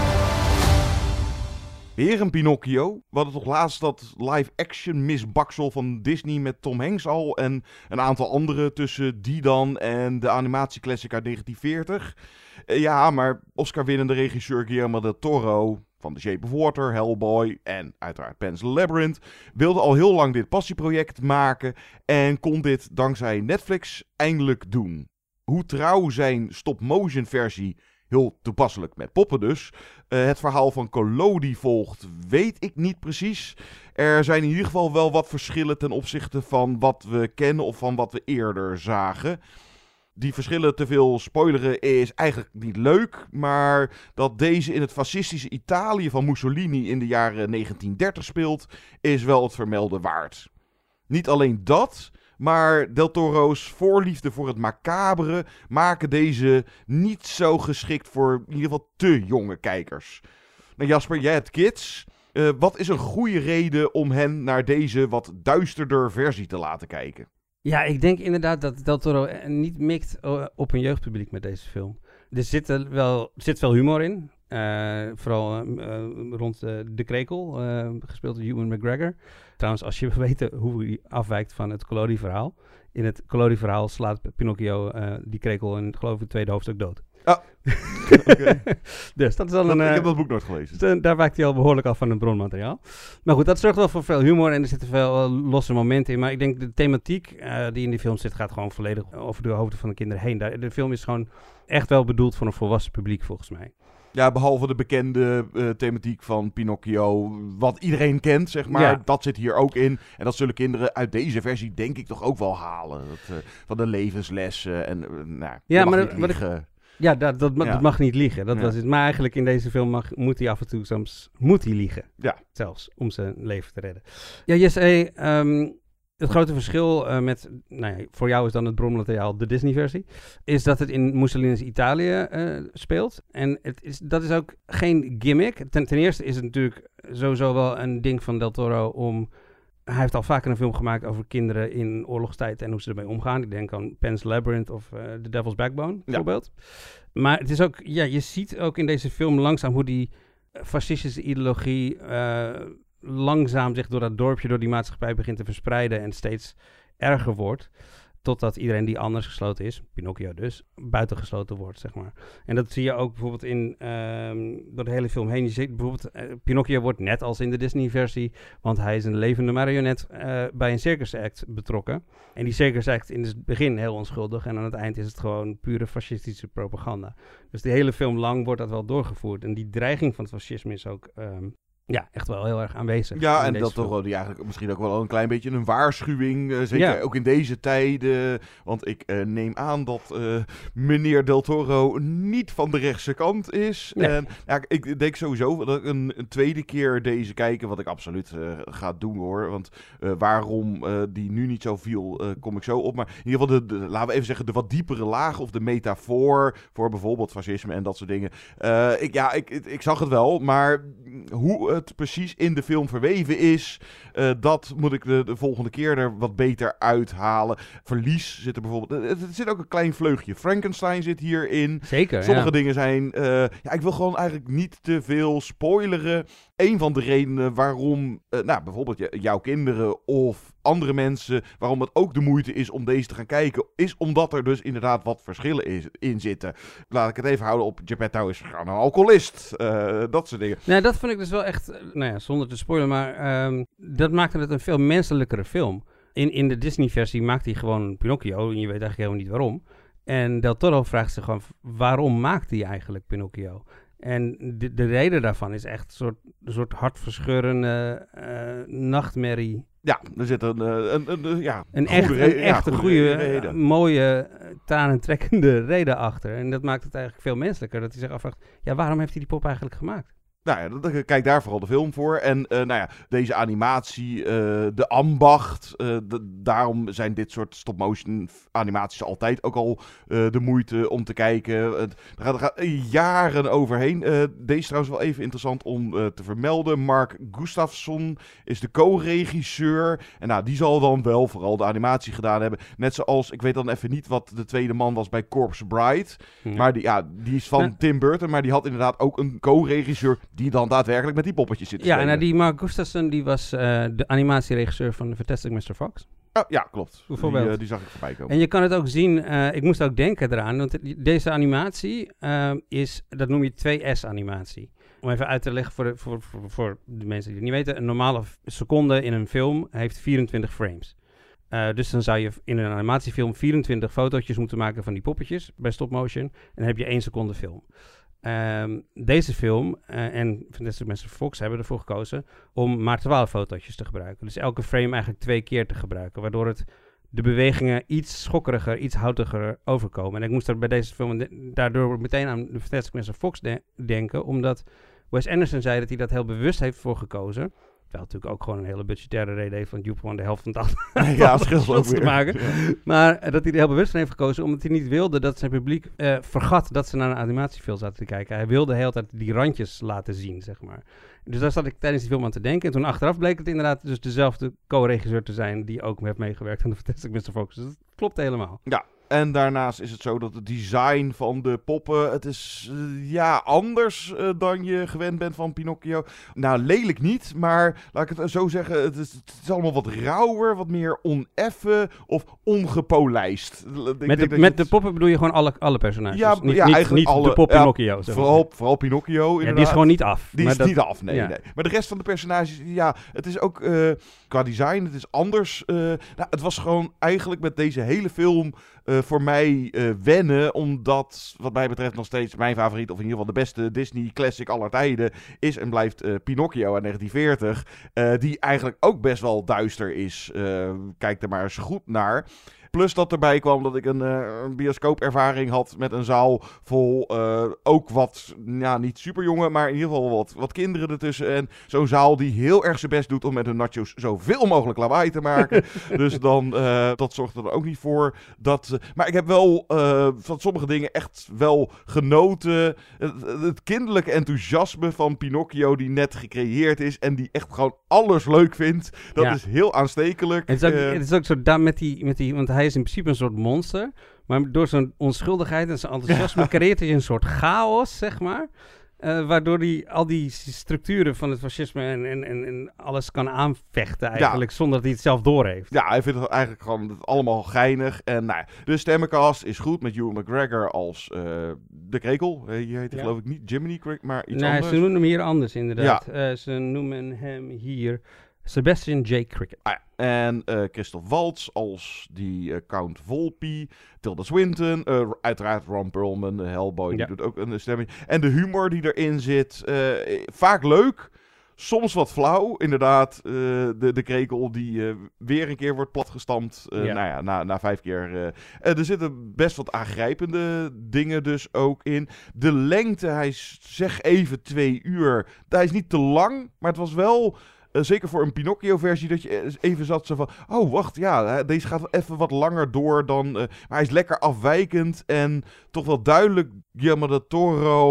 Weer een Pinocchio. We hadden toch laatst dat live-action misbaksel van Disney met Tom Hanks al. En een aantal andere tussen die dan en de animatieclassic uit negentien veertig. Uh, ja, maar Oscar-winnende regisseur Guillermo del Toro van The Shape of Water, Hellboy en uiteraard Pan's Labyrinth wilde al heel lang dit passieproject maken en kon dit dankzij Netflix eindelijk doen. Hoe trouw zijn stop-motion versie, heel toepasselijk met poppen dus, uh, het verhaal van Collodi volgt, weet ik niet precies. Er zijn in ieder geval wel wat verschillen ten opzichte van wat we kennen of van wat we eerder zagen. Die verschillen te veel spoileren is eigenlijk niet leuk, maar dat deze in het fascistische Italië van Mussolini in de jaren negentien dertig speelt, is wel het vermelden waard. Niet alleen dat, maar Del Toro's voorliefde voor het macabere maken deze niet zo geschikt voor in ieder geval te jonge kijkers. Nou Jasper, jij hebt kids. Uh, wat is een goede reden om hen naar deze wat duisterder versie te laten kijken? Ja, ik denk inderdaad dat Del Toro niet mikt op een jeugdpubliek met deze film. Er zit er wel, er zit veel humor in. Uh, vooral uh, rond uh, de krekel, uh, gespeeld door Ewan McGregor. Trouwens, als je wil weten hoe hij afwijkt van het Collodi-verhaal. In het Collodi-verhaal slaat Pinocchio uh, die krekel in, geloof ik, het tweede hoofdstuk dood. Ah, okay. Dus dat is al een... Dat, uh, ik heb dat boek nooit gelezen. Dus, uh, daar wijkt hij al behoorlijk af van het bronmateriaal. Maar goed, dat zorgt wel voor veel humor en er zitten veel uh, losse momenten in. Maar ik denk de thematiek uh, die in die film zit gaat gewoon volledig over de hoofden van de kinderen heen. Daar, de film is gewoon echt wel bedoeld voor een volwassen publiek volgens mij. Ja, behalve de bekende uh, thematiek van Pinocchio, wat iedereen kent, zeg maar. Ja. Dat zit hier ook in. En dat zullen kinderen uit deze versie denk ik toch ook wel halen. Dat, uh, van de levenslessen en uh, nou, ja, mag maar niet wat liegen. Ik, ja, dat, dat, ja, dat mag niet liegen. Dat ja. was het. Maar eigenlijk in deze film mag, moet hij af en toe soms moet hij liegen. Ja. Zelfs, om zijn leven te redden. Ja, Jesse, um, het grote verschil uh, met, nou ja, voor jou is dan het bronmateriaal de Disney-versie, is dat het in Mussolini's Italië uh, speelt. En het is, dat is ook geen gimmick. Ten, ten eerste is het natuurlijk sowieso wel een ding van Del Toro om... Hij heeft al vaker een film gemaakt over kinderen in oorlogstijd en hoe ze ermee omgaan. Ik denk aan Pan's Labyrinth of uh, The Devil's Backbone, bijvoorbeeld. Ja. Maar het is ook, ja, je ziet ook in deze film langzaam hoe die fascistische ideologie uh, langzaam zich door dat dorpje, door die maatschappij begint te verspreiden en steeds erger wordt. Totdat iedereen die anders gesloten is, Pinocchio dus, buitengesloten wordt, zeg maar. En dat zie je ook bijvoorbeeld in, um, door de hele film heen. Je ziet bijvoorbeeld, uh, Pinocchio wordt net als in de Disney-versie, want hij is een levende marionet uh, bij een circusact betrokken. En die circusact in het begin heel onschuldig en aan het eind is het gewoon pure fascistische propaganda. Dus de hele film lang wordt dat wel doorgevoerd. En die dreiging van het fascisme is ook... Um, Ja, echt wel heel erg aanwezig. Ja, en dat toch die eigenlijk misschien ook wel een klein beetje een waarschuwing. Uh, zeker ja. ook in deze tijden. Want ik uh, neem aan dat uh, meneer Del Toro niet van de rechtse kant is. Nee. En ja, ik denk sowieso dat ik een, een tweede keer deze kijken, wat ik absoluut uh, ga doen hoor. Want uh, waarom uh, die nu niet zo viel, uh, kom ik zo op. Maar in ieder geval, de, de, laten we even zeggen, de wat diepere laag of de metafoor voor bijvoorbeeld fascisme en dat soort dingen. Uh, ik, ja, ik, ik, ik zag het wel, maar hoe... Uh, het precies in de film verweven is, uh, dat moet ik de, de volgende keer er wat beter uithalen. Verlies zit er bijvoorbeeld... Er zit ook een klein vleugje Frankenstein zit hierin. Zeker, Sommige ja. dingen zijn... Uh, ja, ik wil gewoon eigenlijk niet te veel spoileren. Een van de redenen waarom, uh, nou, bijvoorbeeld j- jouw kinderen of andere mensen, waarom het ook de moeite is om deze te gaan kijken, is omdat er dus inderdaad wat verschillen is, in zitten. Laat ik het even houden op Geppetto is gewoon een alcoholist. Uh, dat soort dingen. Nee, dat vind ik dus wel echt, nou ja, zonder te spoilen, maar um, dat maakte het een veel menselijkere film. In, in de Disney-versie maakt hij gewoon Pinocchio en je weet eigenlijk helemaal niet waarom. En Del Toro vraagt zich gewoon, waarom maakt hij eigenlijk Pinocchio? En de, de reden daarvan is echt een soort, een soort hartverscheurende uh, nachtmerrie. Ja, er zit een, een, een, een, ja, een, goede echt, re- een ja, echte, goede goede, reden. uh, mooie, tranentrekkende reden achter. En dat maakt het eigenlijk veel menselijker. Dat hij zich afvraagt, ja, waarom heeft hij die pop eigenlijk gemaakt? Nou ja, dat, kijk daar vooral de film voor. En uh, nou ja, deze animatie, uh, de ambacht, uh, de, daarom zijn dit soort stop-motion animaties altijd ook al uh, de moeite om te kijken. Uh, er gaat, er gaat jaren overheen. Uh, deze is trouwens wel even interessant om uh, te vermelden. Mark Gustafsson is de co-regisseur. En nou, die zal dan wel vooral de animatie gedaan hebben. Net zoals, ik weet dan even niet wat de tweede man was bij Corpse Bride. Ja. Maar die, ja, die is van Ja. Tim Burton, maar die had inderdaad ook een co-regisseur die dan daadwerkelijk met die poppetjes zit te Ja, en spelen. nou, die Mark Gustafsson, die was uh, de animatieregisseur van The Fantastic mister Fox. Oh, ja, klopt. Bijvoorbeeld. Die, uh, die zag ik voorbij komen. En je kan het ook zien, uh, ik moest ook denken eraan, want deze animatie uh, is, dat noem je twee S animatie. Om even uit te leggen voor de, voor, voor, voor de mensen die het niet weten, een normale seconde in een film heeft vierentwintig frames. Uh, dus dan zou je in een animatiefilm vierentwintig fotootjes moeten maken van die poppetjes bij stop motion. En dan heb je één seconde film. Um, deze film uh, en Fantastic mister Fox hebben ervoor gekozen om maar twaalf fotootjes te gebruiken. Dus elke frame eigenlijk twee keer te gebruiken, waardoor het de bewegingen iets schokkeriger, iets houtiger overkomen. En ik moest er bij deze film de- daardoor meteen aan de Fantastic mister Fox de- denken, omdat Wes Anderson zei dat hij dat heel bewust heeft voor gekozen. Terwijl natuurlijk ook gewoon een hele budgettaire reden heeft, want Joep gewoon de helft van het al Ja, scheelt ook te weer. maken. Ja. Maar uh, dat hij er heel bewust van heeft gekozen, omdat hij niet wilde dat zijn publiek uh, vergat dat ze naar een animatiefilm zaten te kijken. Hij wilde de hele tijd die randjes laten zien, zeg maar. Dus daar zat ik tijdens die film aan te denken. En toen achteraf bleek het inderdaad dus dezelfde co-regisseur te zijn die ook heeft meegewerkt aan de Fantastic mister Fox. Dus dat klopt helemaal. Ja. En daarnaast is het zo dat het design van de poppen, het is uh, ja, anders uh, dan je gewend bent van Pinocchio. Nou, lelijk niet, maar laat ik het zo zeggen, het is, het is allemaal wat rauwer, wat meer oneffen of ongepolijst. Ik Met, denk de, dat met je de het- poppen bedoel je gewoon alle, alle personages? Ja, niet, ja, niet, eigenlijk niet alle, de pop ja, Pinocchio. zeg maar. vooral, vooral Pinocchio, inderdaad. Ja, die is gewoon niet af. Die maar is dat- niet af, nee, ja. nee. Maar de rest van de personages, ja, het is ook uh, qua design, het is anders. Uh, nou, het was gewoon eigenlijk met deze hele film uh, voor mij uh, wennen, omdat wat mij betreft nog steeds mijn favoriet, of in ieder geval de beste Disney classic aller tijden, is en blijft uh, Pinocchio uit negentien veertig. Uh, die eigenlijk ook best wel duister is. Uh, kijk er maar eens goed naar. Plus dat erbij kwam dat ik een, uh, een bioscoopervaring had met een zaal vol uh, ook wat, ja, niet super jonge, maar in ieder geval wat, wat kinderen ertussen. En zo'n zaal die heel erg zijn best doet om met hun nachos zoveel mogelijk lawaai te maken. Dus dan, uh, dat zorgt er dan ook niet voor. Dat, uh, maar ik heb wel uh, van sommige dingen echt wel genoten. Het, het kinderlijke enthousiasme van Pinocchio die net gecreëerd is en die echt gewoon alles leuk vindt. Dat Ja. is heel aanstekelijk. Het is ook, Uh, het is ook zo, daar met die, met die, want hij is in principe een soort monster, maar door zijn onschuldigheid en zijn enthousiasme creëert hij een soort chaos, zeg maar. Uh, waardoor hij al die structuren van het fascisme en, en, en, en alles kan aanvechten eigenlijk, zonder dat hij het zelf doorheeft. Ja, hij vindt het eigenlijk gewoon het allemaal geinig. En nou ja, de stemmencast is goed met Ewan McGregor als uh, de krekel. Uh, hier heet hij Ja. geloof ik niet Jiminy Crick, maar iets Nee, anders. ze noemen hem hier anders inderdaad. Ja. Uh, ze noemen hem hier Sebastian J. Cricket. Ah, ja. En uh, Christoph Waltz als die uh, Count Volpi. Tilda Swinton. Uh, uiteraard Ron Perlman, uh, Hellboy, die Ja. doet ook een stemming. En de humor die erin zit, uh, vaak leuk. Soms wat flauw, inderdaad. Uh, de, de krekel die uh, weer een keer wordt platgestampt. Uh, Ja. Nou ja, na, na vijf keer. Uh, uh, er zitten best wat aangrijpende dingen dus ook in. De lengte, hij is, zeg even twee uur. Hij is niet te lang, maar het was wel... Uh, zeker voor een Pinocchio-versie, dat je even zat zo van... Oh, wacht, ja, deze gaat even wat langer door dan... Uh, maar hij is lekker afwijkend en toch wel duidelijk... Guillermo del Toro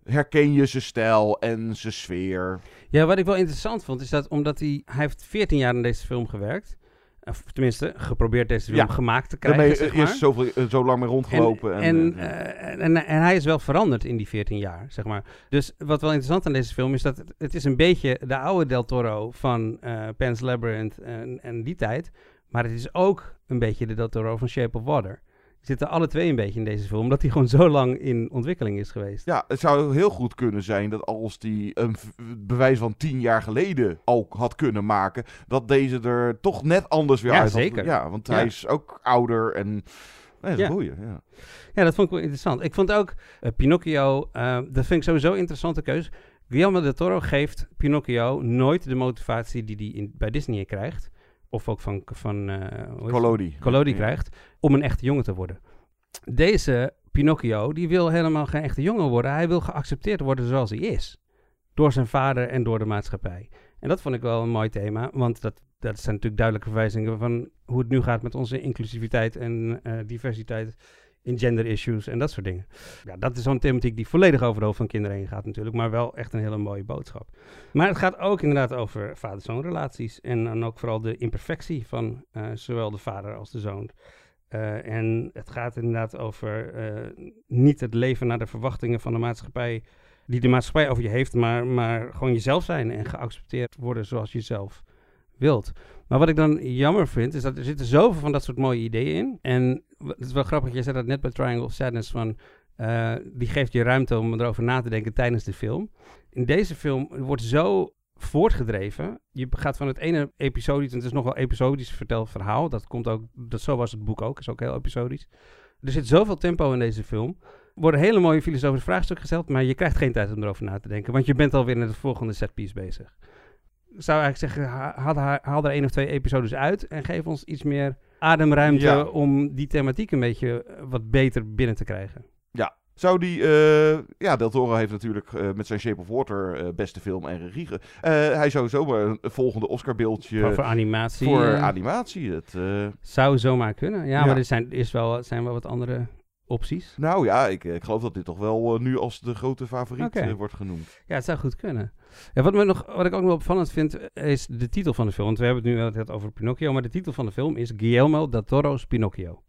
herken je zijn stijl en zijn sfeer. Ja, wat ik wel interessant vond, is dat omdat hij... Hij heeft veertien jaar in deze film gewerkt. Of tenminste, geprobeerd deze film ja. gemaakt te krijgen, Daarmee zeg maar. is zoveel, zo lang mee rondgelopen. En, en, en, en, en, en, en hij is wel veranderd in die veertien jaar, zeg maar. Dus wat wel interessant aan deze film is dat het, het is een beetje de oude Del Toro van uh, Pan's Labyrinth en, en die tijd. Maar het is ook een beetje de Del Toro van Shape of Water. Zitten alle twee een beetje in deze film, omdat hij gewoon zo lang in ontwikkeling is geweest. Ja, het zou heel goed kunnen zijn dat als die een v- bewijs van tien jaar geleden ook had kunnen maken, dat deze er toch net anders weer ja, uit had. Zeker. Ja, want ja. hij is ook ouder en... Nee, dat is ja. een goeie, ja. Ja, dat vond ik wel interessant. Ik vond ook uh, Pinocchio, uh, dat vind ik sowieso een interessante keuze. Guillermo del Toro geeft Pinocchio nooit de motivatie die hij in, bij Disney krijgt. Of ook van, van uh, Collodi, Collodi ja. krijgt, om een echte jongen te worden. Deze Pinocchio, die wil helemaal geen echte jongen worden. Hij wil geaccepteerd worden zoals hij is. Door zijn vader en door de maatschappij. En dat vond ik wel een mooi thema, want dat, dat zijn natuurlijk duidelijke verwijzingen van hoe het nu gaat met onze inclusiviteit en uh, diversiteit in gender issues en dat soort dingen. Ja, dat is zo'n thematiek die volledig over de hoofd van kinderen heen gaat natuurlijk, maar wel echt een hele mooie boodschap. Maar het gaat ook inderdaad over vader-zoon relaties en dan ook vooral de imperfectie van uh, zowel de vader als de zoon. Uh, en het gaat inderdaad over uh, niet het leven naar de verwachtingen van de maatschappij, die de maatschappij over je heeft, maar, maar gewoon jezelf zijn en geaccepteerd worden zoals je zelf wilt. Maar wat ik dan jammer vind, is dat er zitten zoveel van dat soort mooie ideeën in. En het is wel grappig, jij zei dat net bij Triangle of Sadness, van, uh, die geeft je ruimte om erover na te denken tijdens de film. In deze film wordt zo voortgedreven. Je gaat van het ene episodisch, en het is nog wel episodisch verteld verhaal. Dat komt ook, dat, zo was het boek ook, is ook heel episodisch. Er zit zoveel tempo in deze film. Er worden hele mooie filosofische vraagstukken gesteld, maar je krijgt geen tijd om erover na te denken, want je bent alweer met de volgende setpiece bezig. Ik zou eigenlijk zeggen, haal, haal er één of twee episodes uit en geef ons iets meer ademruimte ja. om die thematiek een beetje wat beter binnen te krijgen. Ja. Zou die... Uh, ja, Del Toro heeft natuurlijk uh, met zijn Shape of Water uh, beste film en regie. Uh, hij zou zomaar een volgende Oscar-beeldje... Voor, voor animatie. Voor uh, animatie. Het, uh... Zou zomaar kunnen. Ja, ja. maar er zijn, is wel, zijn wel wat andere opties. Nou ja, ik, ik geloof dat dit toch wel uh, nu als de grote favoriet okay. uh, wordt genoemd. Ja, het zou goed kunnen. Ja, wat, me nog, wat ik ook nog opvallend vind, is de titel van de film. Want we hebben het nu wel het over Pinocchio, maar de titel van de film is Guillermo del Toro's Pinocchio.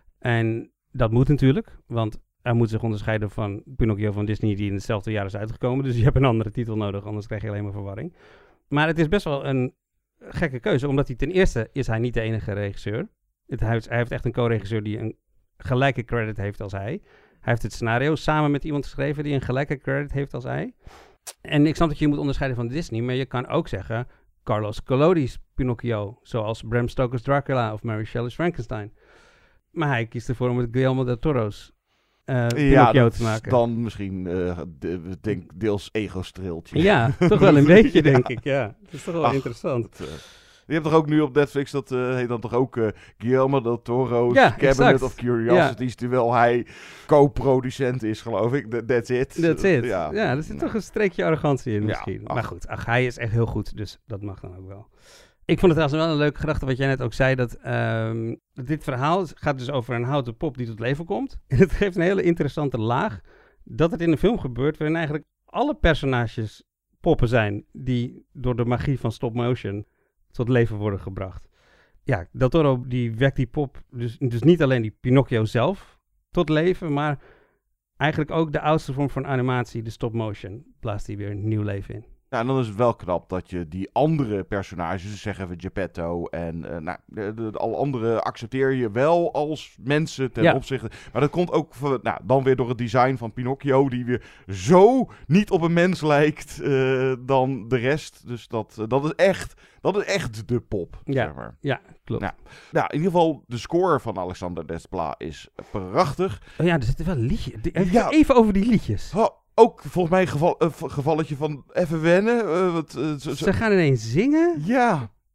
En dat moet natuurlijk, want hij moet zich onderscheiden van Pinocchio van Disney, die in hetzelfde jaar is uitgekomen. Dus je hebt een andere titel nodig, anders krijg je alleen maar verwarring. Maar het is best wel een gekke keuze, omdat hij ten eerste is hij niet de enige regisseur. Het, hij heeft echt een co-regisseur die een gelijke credit heeft als hij. Hij heeft het scenario samen met iemand geschreven die een gelijke credit heeft als hij. En ik snap dat je je moet onderscheiden van Disney, maar je kan ook zeggen Carlos Collodi's Pinocchio, zoals Bram Stoker's Dracula of Mary Shelley's Frankenstein. Maar hij kiest ervoor om het Guillermo del Toro's Uh, ja, dat te maken. Dan misschien uh, de, denk deels ego-streeltje. Ja, toch wel een beetje, denk ik. Ja, dat is toch wel Ach, interessant. Het, uh, je hebt toch ook nu op Netflix, dat uh, heet dan toch ook uh, Guillermo del Toro's ja, Cabinet exact. of Curiosities, ja. terwijl hij co-producent is, geloof ik. That's it. That's it. Ja, ja er zit nou. toch een streekje arrogantie in misschien. Ja, maar goed, ach, hij is echt heel goed, dus dat mag dan ook wel. Ik vond het trouwens wel een leuke gedachte wat jij net ook zei, dat um, dit verhaal gaat dus over een houten pop die tot leven komt. En het geeft een hele interessante laag dat het in een film gebeurt waarin eigenlijk alle personages poppen zijn die door de magie van stop motion tot leven worden gebracht. Ja, Del Toro die wekt die pop, dus, dus niet alleen die Pinocchio zelf tot leven, maar eigenlijk ook de oudste vorm van animatie, de stop motion, blaast die weer een nieuw leven in. Ja, en dan is het wel knap dat je die andere personages, dus zeggen we Geppetto en uh, nou, de, de, de, alle andere accepteer je wel als mensen ten ja. opzichte. Maar dat komt ook van, nou, dan weer door het design van Pinocchio, die weer zo niet op een mens lijkt uh, dan de rest. Dus dat, uh, dat is echt, dat is echt de pop. Ja, zeg maar. ja klopt. Nou, nou, in ieder geval, de score van Alexander Desplat is prachtig. Oh ja, er zitten wel liedjes. Even, ja. even over die liedjes. Oh. Ook volgens mij een geval, uh, gevalletje van even wennen. Uh, wat, uh, zo, Ze gaan ineens zingen? Ja.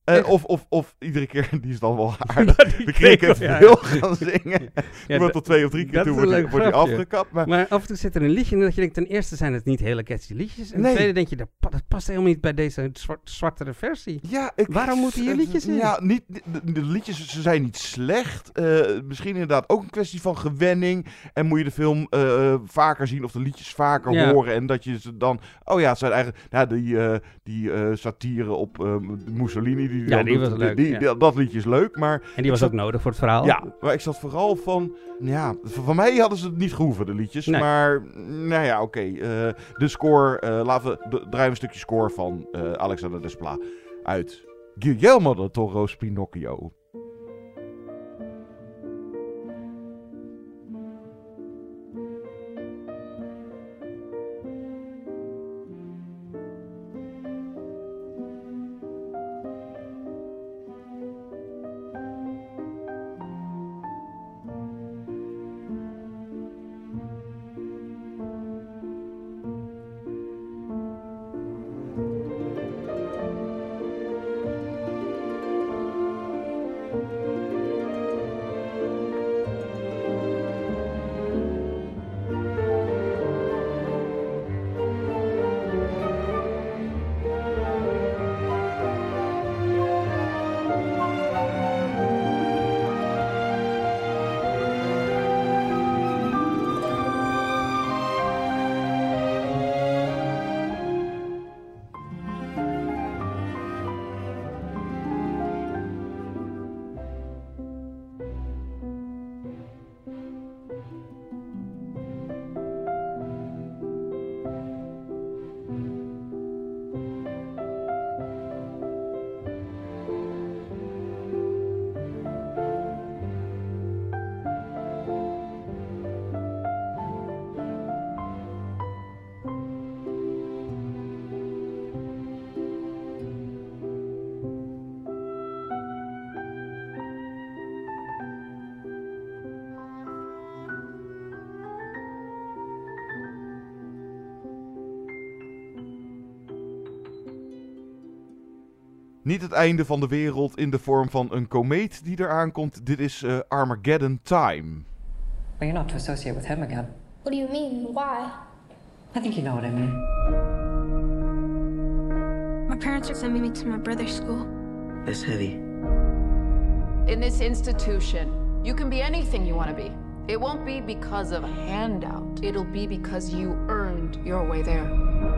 Uh, of, of, of iedere keer, die is dan wel aardig, de cricket ja, wil ja. gaan zingen. Ja, wordt tot twee of drie keer toe wordt, wordt hij afgekapt. Maar... maar af en toe zit er een liedje in dat je denkt, ten eerste zijn het niet hele catchy liedjes. En nee. ten tweede denk je, dat, dat past helemaal niet bij deze zwart, zwartere versie. Ja, ik, Waarom moeten hier liedjes in? Ja, niet, de, de liedjes ze zijn niet slecht. Uh, misschien inderdaad ook een kwestie van gewenning. En moet je de film uh, vaker zien of de liedjes vaker ja. horen. En dat je ze dan... Oh ja, het zijn eigenlijk... Nou, die uh, die uh, satire op uh, Mussolini. Die ja, die doet, was leuk. Die, ja. die, dat liedje is leuk, maar... En die was zat, ook nodig voor het verhaal. Ja, maar ik zat vooral van... Ja, van mij hadden ze het niet gehoeven, de liedjes. Nee. Maar, nou ja, oké. Okay, uh, de score... Uh, laten we de, draaien een stukje score van uh, Alexander Desplat uit Guillermo del Toro's Pinocchio. Niet het einde van de wereld in de vorm van een komeet die eraan komt. Dit is uh, Armageddon Time. Well, you're not to associate with him again. What do you mean? Why? I think you know what I mean. My parents are sending me to my brother's school. That's heavy. In this institution, you can be anything you want to be. It won't be because of a handout. It'll be because you earned your way there.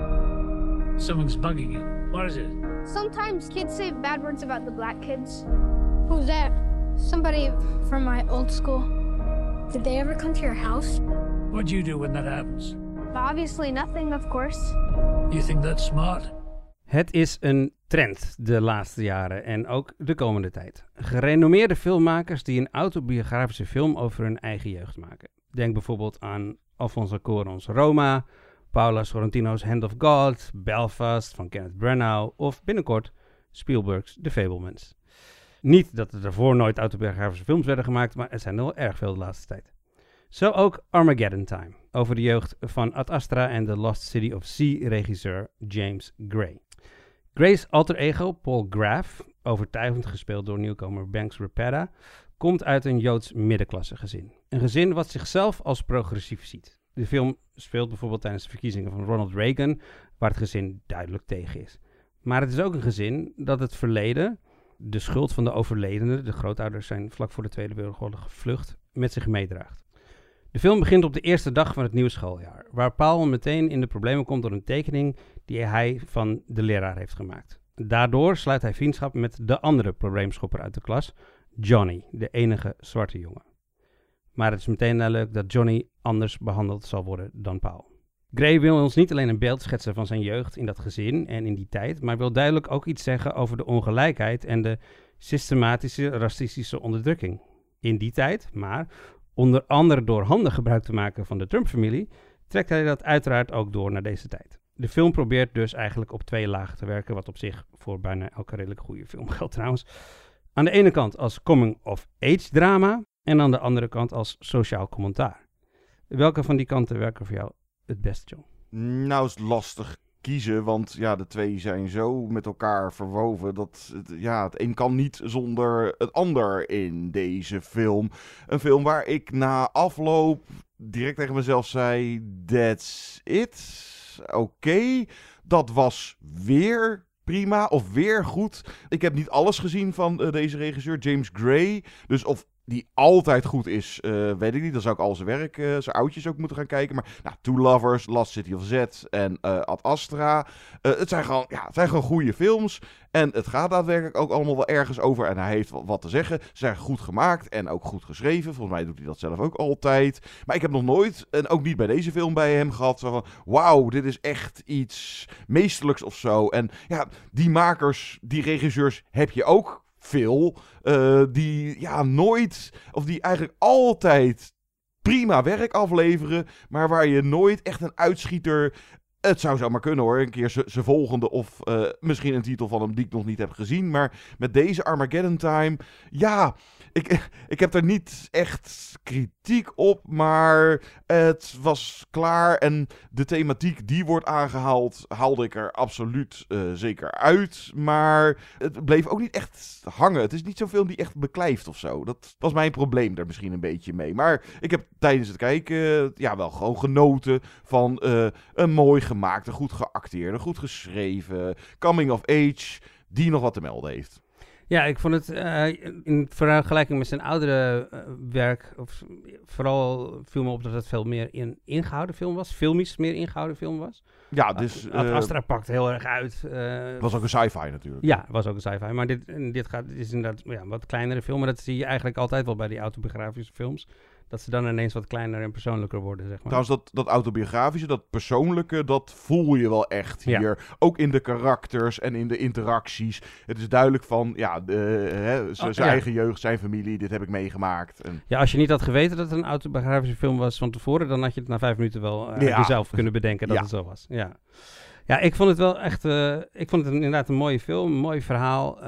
Someone's bugging you. What is it? Sometimes kids say bad words about the black kids. Who's that? Somebody from my old school. Did they ever come to your house? What do you do when that happens? Obviously nothing, of course. You think that's smart? Het is een trend de laatste jaren en ook de komende tijd. Gerenommeerde filmmakers die een autobiografische film over hun eigen jeugd maken. Denk bijvoorbeeld aan Alfonso Cuarón's Roma, Paolo Sorrentino's Hand of God, Belfast van Kenneth Branagh of binnenkort Spielberg's The Fabelmans. Niet dat er daarvoor nooit autobiografische films werden gemaakt, maar er zijn er wel erg veel de laatste tijd. Zo ook Armageddon Time, over de jeugd van Ad Astra en The Lost City of Z regisseur James Gray. Gray's alter ego, Paul Graff, overtuigend gespeeld door nieuwkomer Banks Rappada, komt uit een Joods middenklasse gezin. Een gezin wat zichzelf als progressief ziet. De film speelt bijvoorbeeld tijdens de verkiezingen van Ronald Reagan, waar het gezin duidelijk tegen is. Maar het is ook een gezin dat het verleden, de schuld van de overledenen, de grootouders zijn vlak voor de Tweede Wereldoorlog gevlucht, met zich meedraagt. De film begint op de eerste dag van het nieuwe schooljaar, waar Paul meteen in de problemen komt door een tekening die hij van de leraar heeft gemaakt. Daardoor sluit hij vriendschap met de andere probleemschopper uit de klas, Johnny, de enige zwarte jongen. Maar het is meteen duidelijk dat Johnny anders behandeld zal worden dan Paul. Gray wil ons niet alleen een beeld schetsen van zijn jeugd in dat gezin en in die tijd, maar wil duidelijk ook iets zeggen over de ongelijkheid en de systematische racistische onderdrukking in die tijd, maar onder andere door handig gebruik te maken van de Trump-familie, trekt hij dat uiteraard ook door naar deze tijd. De film probeert dus eigenlijk op twee lagen te werken, wat op zich voor bijna elke redelijk goede film geldt trouwens. Aan de ene kant als coming-of-age drama en aan de andere kant als sociaal commentaar. Welke van die kanten werken voor jou het best, John? Nou, is lastig. kiezen. Want ja, de twee zijn zo met elkaar verwoven. Dat ja, het een kan niet zonder het ander in deze film. Een film waar ik na afloop direct tegen mezelf zei: that's it. Oké, okay. Dat was weer prima of weer goed. Ik heb niet alles gezien van uh, deze regisseur, James Gray. Dus of die altijd goed is, uh, weet ik niet. Dan zou ik al zijn werk, uh, zijn oudjes ook moeten gaan kijken. Maar nou, Two Lovers, Last City of Z en uh, Ad Astra. Uh, het, zijn gewoon, ja, het zijn gewoon goede films. En het gaat daadwerkelijk ook allemaal wel ergens over. En hij heeft wat, wat te zeggen. Ze zijn goed gemaakt en ook goed geschreven. Volgens mij doet hij dat zelf ook altijd. Maar ik heb nog nooit, en ook niet bij deze film bij hem gehad, zo van wauw, dit is echt iets meesterlijks of zo. En ja, die makers, die regisseurs heb je ook veel, uh, die ja nooit, of die eigenlijk altijd prima werk afleveren, maar waar je nooit echt een uitschieter. Het zou zomaar kunnen hoor, een keer zijn volgende of uh, misschien een titel van hem die ik nog niet heb gezien. Maar met deze Armageddon Time, ja, ik, ik heb er niet echt kritiek op, maar het was klaar. En de thematiek die wordt aangehaald, haalde ik er absoluut uh, zeker uit. Maar het bleef ook niet echt hangen. Het is niet zo'n film die echt beklijft of zo. Dat was mijn probleem er misschien een beetje mee. Maar ik heb tijdens het kijken uh, ja, wel gewoon genoten van uh, een mooi gemaakte, goed geacteerde, goed geschreven coming of age die nog wat te melden heeft. Ja, ik vond het uh, in vergelijking met zijn oudere uh, werk, of, vooral viel me op dat het veel meer een ingehouden film was. Filmisch meer ingehouden film was. Ja, dus... Ad uh, Astra pakt heel erg uit. Het uh, was ook een sci-fi natuurlijk. Ja, het was ook een sci-fi. Maar dit, dit, gaat, dit is inderdaad ja, een wat kleinere film. Maar dat zie je eigenlijk altijd wel bij die autobiografische films. Dat ze dan ineens wat kleiner en persoonlijker worden, zeg maar. Trouwens, dat, dat autobiografische, dat persoonlijke, dat voel je wel echt hier. Ja. Ook in de karakters en in de interacties. Het is duidelijk van, ja, zijn oh, ja. eigen jeugd, zijn familie, dit heb ik meegemaakt. En... Ja, als je niet had geweten dat het een autobiografische film was van tevoren, dan had je het na vijf minuten wel uh, ja. jezelf kunnen bedenken dat ja. het zo was. Ja. Ja, ik vond het wel echt, uh, ik vond het inderdaad een mooie film, een mooi verhaal. Uh,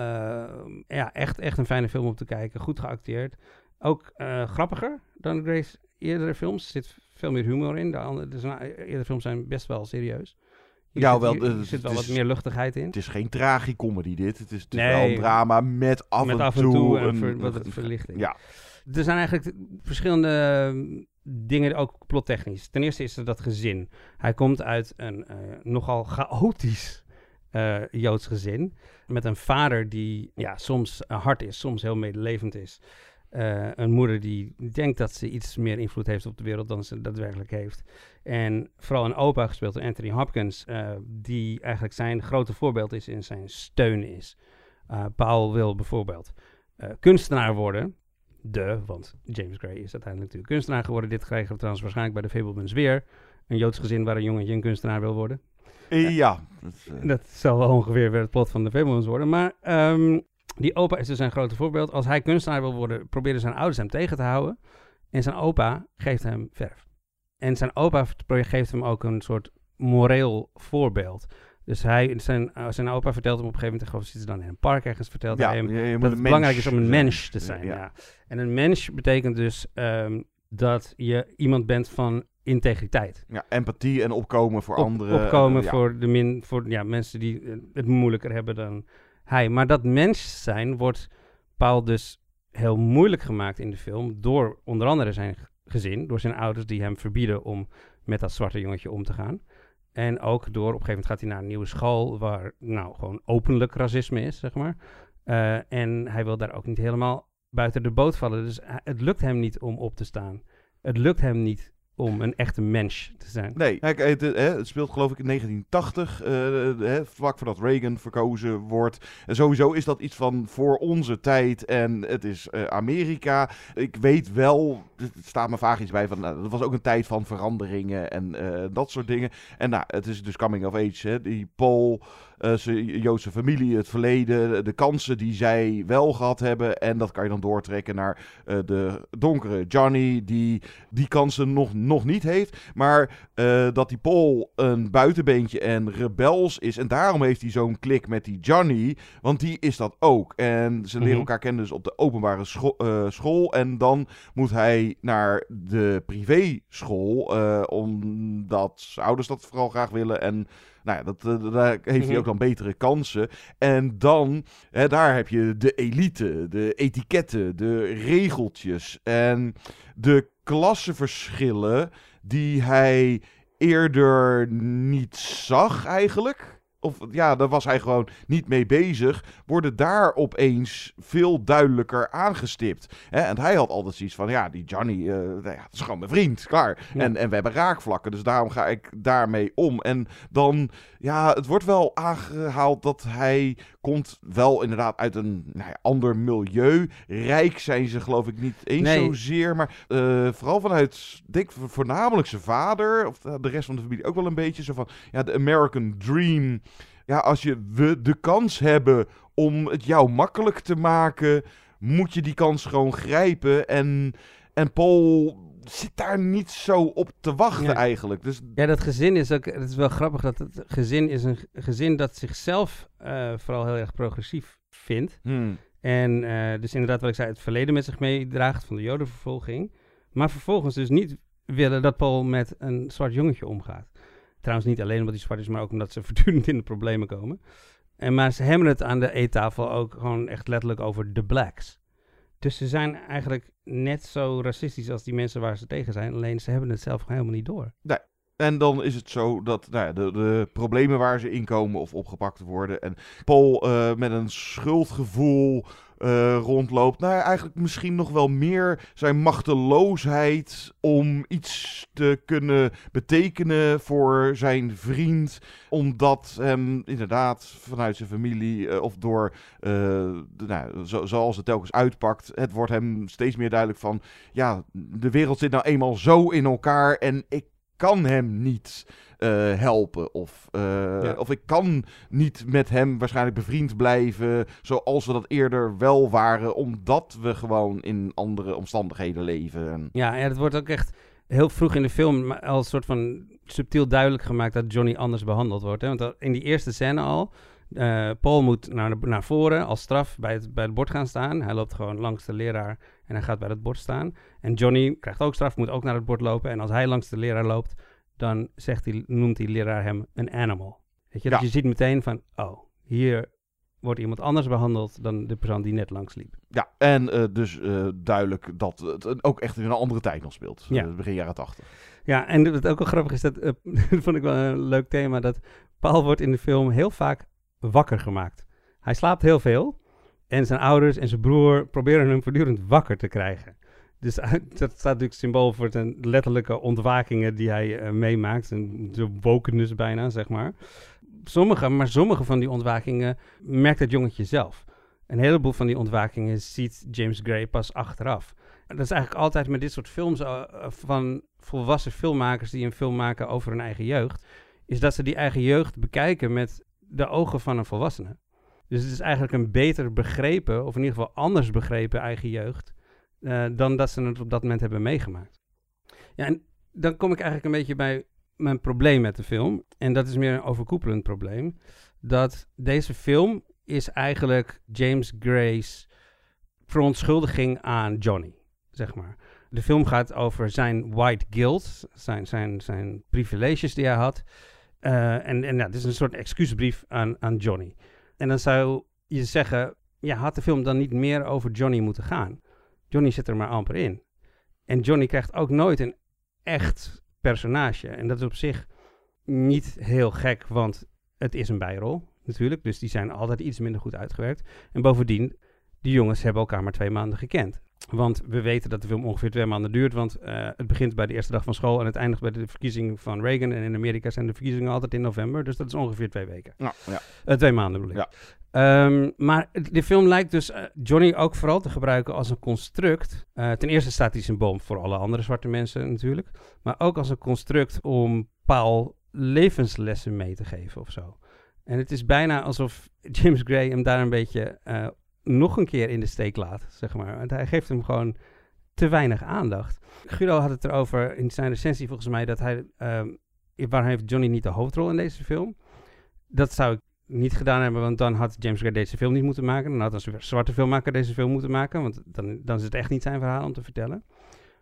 ja, echt, echt een fijne film om te kijken, goed geacteerd. Ook uh, grappiger dan Gray's eerdere films. Er zit veel meer humor in. De andere, dus nou, eerdere films zijn best wel serieus. Hier ja, zit, wel, hier, hier zit wel wat meer luchtigheid in. Het is geen tragicomedy dit. Het is, het is nee, wel een drama met af met en af en toe, toe een, ver, wat een, het verlichting. Ja. Er zijn eigenlijk verschillende dingen, ook plottechnisch. Ten eerste is er dat gezin. Hij komt uit een uh, nogal chaotisch uh, Joods gezin. Met een vader die ja, soms uh, hard is, soms heel medelevend is. Uh, een moeder die denkt dat ze iets meer invloed heeft op de wereld dan ze daadwerkelijk heeft. En vooral een opa, gespeeld door Anthony Hopkins, uh, die eigenlijk zijn grote voorbeeld is en zijn steun is. Uh, Paul wil bijvoorbeeld uh, kunstenaar worden. De, want James Gray is uiteindelijk natuurlijk kunstenaar geworden. Dit krijgen we trouwens waarschijnlijk bij de Fabelmans weer. Een Joods gezin waar een jongetje een kunstenaar wil worden. Uh, ja. Dat, uh... dat zal wel ongeveer weer het plot van de Fabelmans worden. Maar... Um, Die opa is dus een grote voorbeeld. Als hij kunstenaar wil worden, proberen zijn ouders hem tegen te houden. En zijn opa geeft hem verf. En zijn opa geeft hem ook een soort moreel voorbeeld. Dus hij, zijn, zijn opa vertelt hem op een gegeven moment, ik geloof zitten ze dan in een park ergens, vertelt ja, hij hem je, je dat het belangrijk is om een zijn. mens te zijn. Ja. Ja. En een mens betekent dus um, dat je iemand bent van integriteit. Ja, empathie en opkomen voor op, anderen. Opkomen uh, ja. voor, de min, voor ja, mensen die uh, het moeilijker hebben dan hij. Maar dat mens zijn wordt Paul dus heel moeilijk gemaakt in de film door onder andere zijn gezin, door zijn ouders die hem verbieden om met dat zwarte jongetje om te gaan. En ook door, op een gegeven moment gaat hij naar een nieuwe school waar nou gewoon openlijk racisme is, zeg maar. Uh, en hij wil daar ook niet helemaal buiten de boot vallen. Dus hij, het lukt hem niet om op te staan. Het lukt hem niet om een echte mens te zijn. Nee, het, het, het speelt geloof ik in negentien tachtig, uh, vlak voordat Reagan verkozen wordt. En sowieso is dat iets van voor onze tijd en het is uh, Amerika. Ik weet wel, het staat me vaag iets bij van, nou, dat was ook een tijd van veranderingen en uh, dat soort dingen. En nou, het is dus coming of age, hè. Die Paul, uh, zijn Joodse familie, het verleden, de kansen die zij wel gehad hebben. En dat kan je dan doortrekken naar uh, de donkere Johnny, die die kansen nog nog niet heeft, maar uh, dat die Paul een buitenbeentje en rebels is en daarom heeft hij zo'n klik met die Johnny, want die is dat ook. En ze leren Mm-hmm. elkaar kennen dus op de openbare scho- uh, school en dan moet hij mee naar de privéschool, uh, omdat zijn ouders dat vooral graag willen. En nou ja, dat, uh, daar heeft Mm-hmm. hij ook dan betere kansen. En dan, hè, daar heb je de elite, de etiketten, de regeltjes en de klassenverschillen die hij eerder niet zag eigenlijk. Of ja, daar was hij gewoon niet mee bezig. Worden daar opeens veel duidelijker aangestipt. Hè? En hij had altijd zoiets van, ja, die Johnny, uh, nou ja, dat is gewoon mijn vriend, klaar. Ja. En, en we hebben raakvlakken, dus daarom ga ik daarmee om. En dan, ja, het wordt wel aangehaald dat hij komt wel inderdaad uit een nou ja, ander milieu. Rijk zijn ze geloof ik niet eens Nee. zozeer, maar uh, vooral vanuit, denk ik, voornamelijk zijn vader, of de rest van de familie ook wel een beetje, zo van, ja, de American Dream. Ja, als je we de kans hebben om het jou makkelijk te maken, moet je die kans gewoon grijpen. En, en Paul zit daar niet zo op te wachten Ja. eigenlijk. Dus Ja, dat gezin is ook... Het is wel grappig dat het gezin is een gezin dat zichzelf uh, vooral heel erg progressief vindt. Hmm. En uh, dus inderdaad wat ik zei, het verleden met zich meedraagt van de jodenvervolging. Maar vervolgens dus niet willen dat Paul met een zwart jongetje omgaat. Trouwens niet alleen omdat hij zwart is, maar ook omdat ze voortdurend in de problemen komen. En maar ze hebben het aan de eettafel ook gewoon echt letterlijk over de blacks. Dus ze zijn eigenlijk net zo racistisch als die mensen waar ze tegen zijn. Alleen ze hebben het zelf gewoon helemaal niet door. nee. En dan is het zo dat nou ja, de, de problemen waar ze inkomen of opgepakt worden. En Paul uh, met een schuldgevoel uh, rondloopt. Nou ja, eigenlijk misschien nog wel meer zijn machteloosheid om iets te kunnen betekenen voor zijn vriend. Omdat hem inderdaad vanuit zijn familie uh, of door, uh, de, nou, zo, zoals het telkens uitpakt. Het wordt hem steeds meer duidelijk van, ja, de wereld zit nou eenmaal zo in elkaar en ik kan hem niet uh, helpen. Of, uh, Ja. of ik kan niet met hem waarschijnlijk bevriend blijven zoals we dat eerder wel waren, omdat we gewoon in andere omstandigheden leven. En... Ja, ja, dat wordt ook echt heel vroeg in de film al een soort van subtiel duidelijk gemaakt dat Johnny anders behandeld wordt. Hè? Want in die eerste scène al, uh, Paul moet naar, de, naar voren als straf bij het, bij het bord gaan staan. Hij loopt gewoon langs de leraar en hij gaat bij het bord staan. En Johnny krijgt ook straf, moet ook naar het bord lopen. En als hij langs de leraar loopt, dan zegt hij, noemt die leraar hem een animal. Weet je, Ja. dus je ziet meteen van, oh, hier wordt iemand anders behandeld dan de persoon die net langs liep. Ja, en uh, dus uh, duidelijk dat het ook echt in een andere tijd nog speelt. Ja. Uh, begin jaren tachtig. Ja, en wat ook wel grappig is, dat, uh, dat vond ik wel een leuk thema, dat Paul wordt in de film heel vaak wakker gemaakt. Hij slaapt heel veel en zijn ouders en zijn broer proberen hem voortdurend wakker te krijgen. Dus uh, dat staat natuurlijk symbool voor zijn letterlijke ontwakingen die hij uh, meemaakt. En de wokeness bijna, zeg maar. Sommige, maar sommige van die ontwakingen merkt het jongetje zelf. Een heleboel van die ontwakingen ziet James Gray pas achteraf. En dat is eigenlijk altijd met dit soort films uh, van volwassen filmmakers die een film maken over hun eigen jeugd, is dat ze die eigen jeugd bekijken met de ogen van een volwassene. Dus het is eigenlijk een beter begrepen, of in ieder geval anders begrepen eigen jeugd, uh, dan dat ze het op dat moment hebben meegemaakt. Ja, en dan kom ik eigenlijk een beetje bij mijn probleem met de film. En dat is meer een overkoepelend probleem. Dat deze film is eigenlijk James Gray's verontschuldiging aan Johnny, zeg maar. De film gaat over zijn white guilt, zijn, zijn, zijn privileges die hij had. Uh, en en ja, het is een soort excuusbrief aan, aan Johnny. En dan zou je zeggen, ja, had de film dan niet meer over Johnny moeten gaan? Johnny zit er maar amper in. En Johnny krijgt ook nooit een echt personage. En dat is op zich niet heel gek, want het is een bijrol natuurlijk. Dus die zijn altijd iets minder goed uitgewerkt. En bovendien, die jongens hebben elkaar maar twee maanden gekend. Want we weten dat de film ongeveer twee maanden duurt, want uh, het begint bij de eerste dag van school en het eindigt bij de verkiezingen van Reagan. En in Amerika zijn de verkiezingen altijd in november, dus dat is ongeveer twee weken. Ja, ja. Uh, twee maanden bedoel ik. Ja. Um, maar de film lijkt dus uh, Johnny ook vooral te gebruiken als een construct. Uh, ten eerste staat hij symbool voor alle andere zwarte mensen natuurlijk, maar ook als een construct om Paul levenslessen mee te geven of zo. En het is bijna alsof James Gray hem daar een beetje uh, nog een keer in de steek laat, zeg maar. Want hij geeft hem gewoon te weinig aandacht. Guido had het erover in zijn recensie volgens mij, dat hij, um, waar heeft Johnny niet de hoofdrol in deze film? Dat zou ik niet gedaan hebben, want dan had James Gray deze film niet moeten maken. Dan had een zwarte filmmaker deze film moeten maken, want dan, dan is het echt niet zijn verhaal om te vertellen.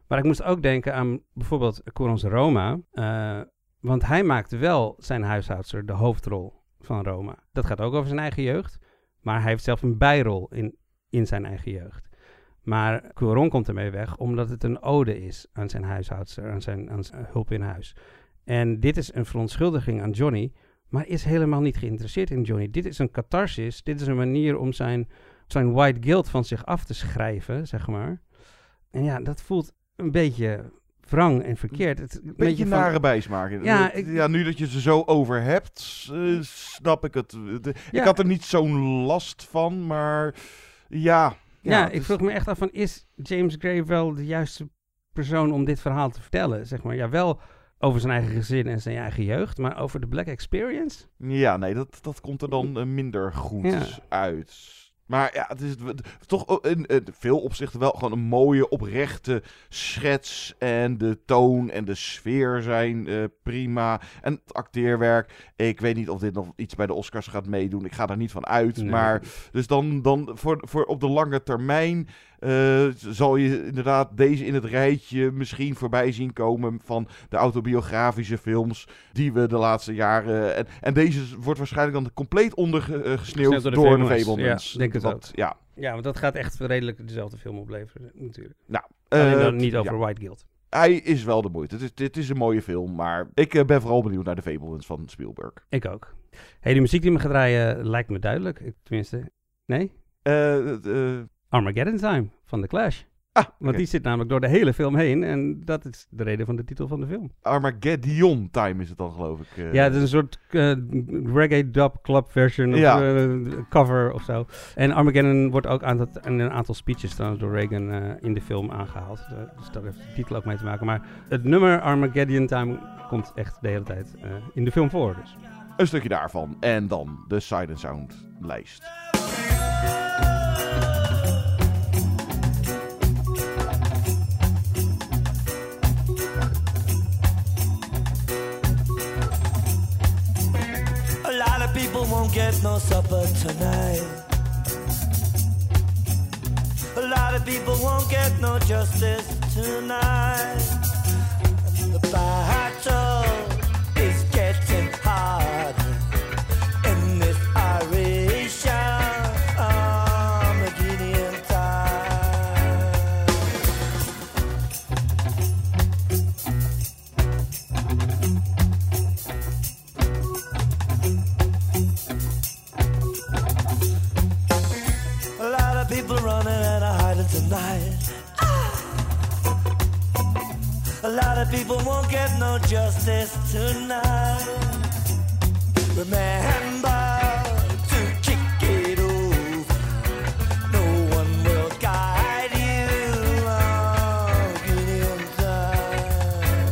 Maar ik moest ook denken aan bijvoorbeeld Cuarón's Roma. Uh, want hij maakte wel zijn huishoudster de hoofdrol van Roma. Dat gaat ook over zijn eigen jeugd. Maar hij heeft zelf een bijrol in, in zijn eigen jeugd. Maar Cuarón komt ermee weg omdat het een ode is aan zijn huishoudster, aan zijn, aan zijn hulp in huis. En dit is een verontschuldiging aan Johnny, maar is helemaal niet geïnteresseerd in Johnny. Dit is een catharsis, dit is een manier om zijn, zijn white guilt van zich af te schrijven, zeg maar. En ja, dat voelt een beetje wrang en verkeerd. Het, een beetje, beetje van, nare bijsmaak. Ja, ik, ja, nu dat je ze zo over hebt, uh, snap ik het. De, ja. Ik had er niet zo'n last van, maar ja... Ja, ja ik vroeg me echt af van, is James Gray wel de juiste persoon om dit verhaal te vertellen? Zeg maar, ja, wel over zijn eigen gezin en zijn eigen jeugd, maar over de Black Experience? Ja, nee, dat, dat komt er dan uh, minder goed ja. uit. Maar ja, het is toch in, in veel opzichten wel gewoon een mooie, oprechte schets. En de toon en de sfeer zijn uh, prima. En het acteerwerk. Ik weet niet of dit nog iets bij de Oscars gaat meedoen. Ik ga daar niet van uit. Nee. Maar dus dan, dan voor, voor op de lange termijn uh, zal je inderdaad deze in het rijtje misschien voorbij zien komen van de autobiografische films die we de laatste jaren... En, en deze wordt waarschijnlijk dan compleet ondergesneeuwd uh, door, door de Fabelmans. Ja, denk het dat, ja. ja, want dat gaat echt redelijk dezelfde film opleveren natuurlijk. Nou, Alleen uh, dan niet over ja. White Guilt. Hij is wel de moeite. Het is, dit is een mooie film, maar ik uh, ben vooral benieuwd naar de Fabelmans van Spielberg. Ik ook. Hey, de muziek die me gaat draaien lijkt me duidelijk. Ik, tenminste, nee? Uh, uh, Armageddon Time van The Clash. Ah, Want okay. die zit namelijk door de hele film heen. En dat is de reden van de titel van de film. Armageddon Time is het dan, geloof ik. Uh... Ja, het is een soort uh, reggae dub club version of ja. uh, cover of zo. En Armageddon wordt ook aan, dat, aan een aantal speeches trouwens door Reagan uh, in de film aangehaald. Uh, dus daar heeft de titel ook mee te maken. Maar het nummer Armageddon Time komt echt de hele tijd uh, in de film voor. Dus. Een stukje daarvan. En dan de Sight and Sound lijst. People won't get no supper tonight. A lot of people won't get no justice tonight. The battle is getting harder in this Irish Armageddon time. Tonight. A lot of people won't get no justice tonight. Remember to kick it over. No one will guide you on Gideon time.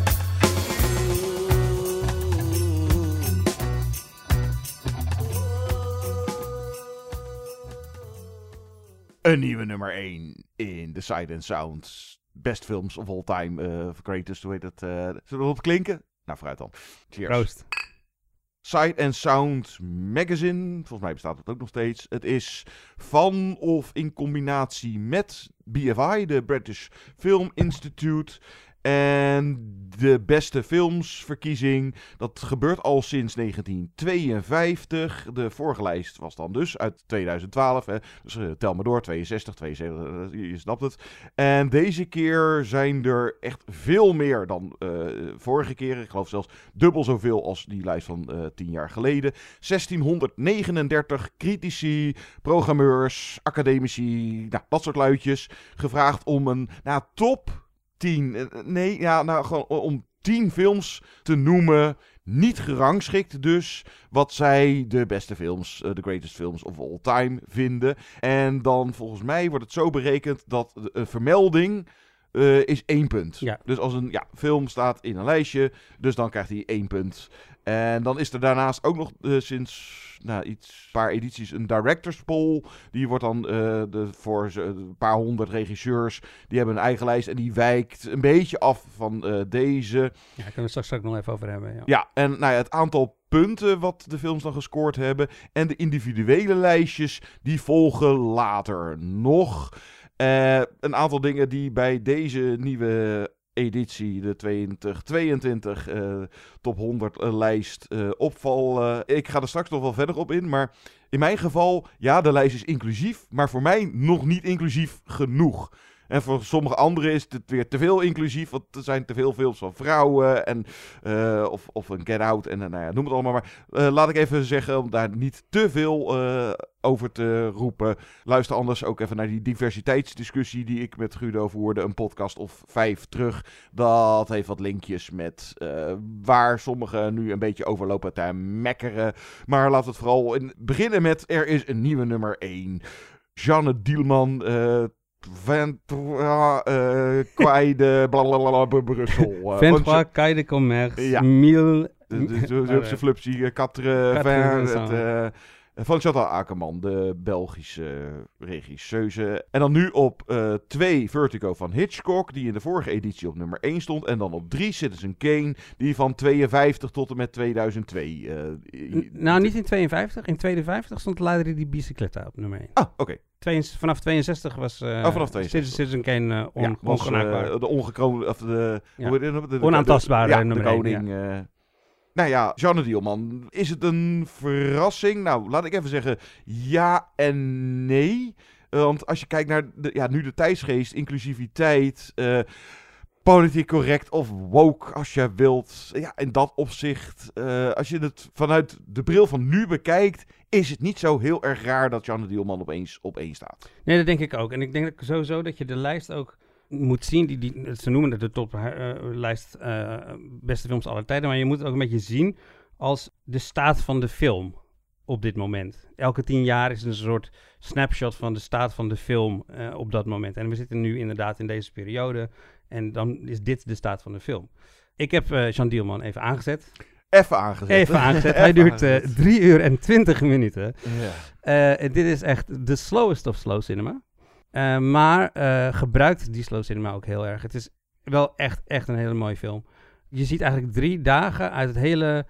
Een nieuwe nummer één in de Sight and Sound Best Films of All Time. Uh, greatest, hoe heet het? Uh, zullen we erop klinken? Nou, vooruit dan. Cheers. Proost. Sight and Sound Magazine. Volgens mij bestaat het ook nog steeds. Het is van of in combinatie met B F I, de British Film Institute. En de beste filmsverkiezing, dat gebeurt al sinds negentien tweeënvijftig. De vorige lijst was dan dus uit tweeduizend twaalf. Hè. Dus uh, tel maar door, tweeënzestig, tweeënzeventig, uh, je snapt het. En deze keer zijn er echt veel meer dan uh, vorige keer. Ik geloof zelfs dubbel zoveel als die lijst van uh, tien jaar geleden. zestienhonderdnegenendertig critici, programmeurs, academici, nou, dat soort luidjes. Gevraagd om een nou, top... tien, nee, ja, nou gewoon om tien films te noemen, niet gerangschikt dus, wat zij de beste films, de uh, greatest films of all time vinden. En dan volgens mij wordt het zo berekend dat de uh, vermelding uh, is één punt. Ja. Dus als een ja, film staat in een lijstje, dus dan krijgt hij één punt. En dan is er daarnaast ook nog uh, sinds nou, iets, paar edities een directors poll. Die wordt dan uh, de, voor uh, een paar honderd regisseurs. Die hebben een eigen lijst en die wijkt een beetje af van uh, deze. Ja, daar kunnen we straks ook nog even over hebben. Ja, ja en nou ja, het aantal punten wat de films dan gescoord hebben. En de individuele lijstjes, die volgen later nog. Uh, een aantal dingen die bij deze nieuwe editie, de twintig tweeëntwintig uh, top honderd uh, lijst uh, opvallen. Uh, ik ga er straks nog wel verder op in, maar in mijn geval, ja, de lijst is inclusief, maar voor mij nog niet inclusief genoeg. En voor sommige anderen is het weer te veel inclusief, want er zijn te veel films van vrouwen en, uh, of, of een Get Out en uh, nou ja, noem het allemaal maar. Uh, laat ik even zeggen, om daar niet te veel uh, over te roepen. Luister anders ook even naar die diversiteitsdiscussie die ik met Guido voerde, een podcast of vijf terug. Dat heeft wat linkjes met uh, waar sommigen nu een beetje overlopen te mekkeren. Maar laten we het vooral in, beginnen met, er is een nieuwe nummer één. Jeanne Dielman, uh, Ventura, uh, Kwijde, blablabla, Brussel. Ventura, Kwijde, Commerce, ja. Mille... Zubse Flupsie, Quatre, Vin, van Chantal Akerman, de Belgische regisseuse. En dan nu op uh, twee Vertigo van Hitchcock, die in de vorige editie op nummer één stond. En dan op drie Citizen Kane, die van tweeënvijftig tot en met tweeduizend twee. Uh, N- nou, niet in tweeënvijftig. In tweeënvijftig stond Leider die Bicicletta op nummer één. Ah, oké. Okay. Vanaf tweeënzestig was uh, oh, vanaf tweeënzestig. Citizen Kane uh, on, ja, was, ongenaakbaar. Uh, de ongekroonde, of de, ja. hoe heet het, de, de, onaantastbare de, de, nummer ja, de koning. één, ja. Uh, nou ja, Jeanne Dielman. Is het een verrassing? Nou, laat ik even zeggen ja en nee. Uh, want als je kijkt naar de, ja, nu de tijdsgeest, inclusiviteit, uh, politiek correct of woke als je wilt. Ja, in dat opzicht, uh, als je het vanuit de bril van nu bekijkt, is het niet zo heel erg raar dat Jeanne Dielman opeens op één staat. Nee, dat denk ik ook. En ik denk sowieso dat je de lijst ook moet zien. Die, die, ze noemen het de toplijst uh, uh, beste films aller tijden. Maar je moet het ook een beetje zien als de staat van de film op dit moment. Elke tien jaar is een soort snapshot van de staat van de film uh, op dat moment. En we zitten nu inderdaad in deze periode. En dan is dit de staat van de film. Ik heb uh, Jeanne Dielman even aangezet. Even aangezet. Even aangezet. Hij duurt uh, drie uur en twintig minuten. Ja. Uh, dit is echt de slowest of slow cinema. Uh, maar uh, gebruikt die slow cinema ook heel erg. Het is wel echt, echt een hele mooie film. Je ziet eigenlijk drie dagen uit het hele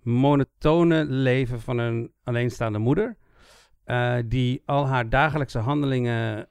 monotone leven van een alleenstaande moeder. Uh, die al haar dagelijkse handelingen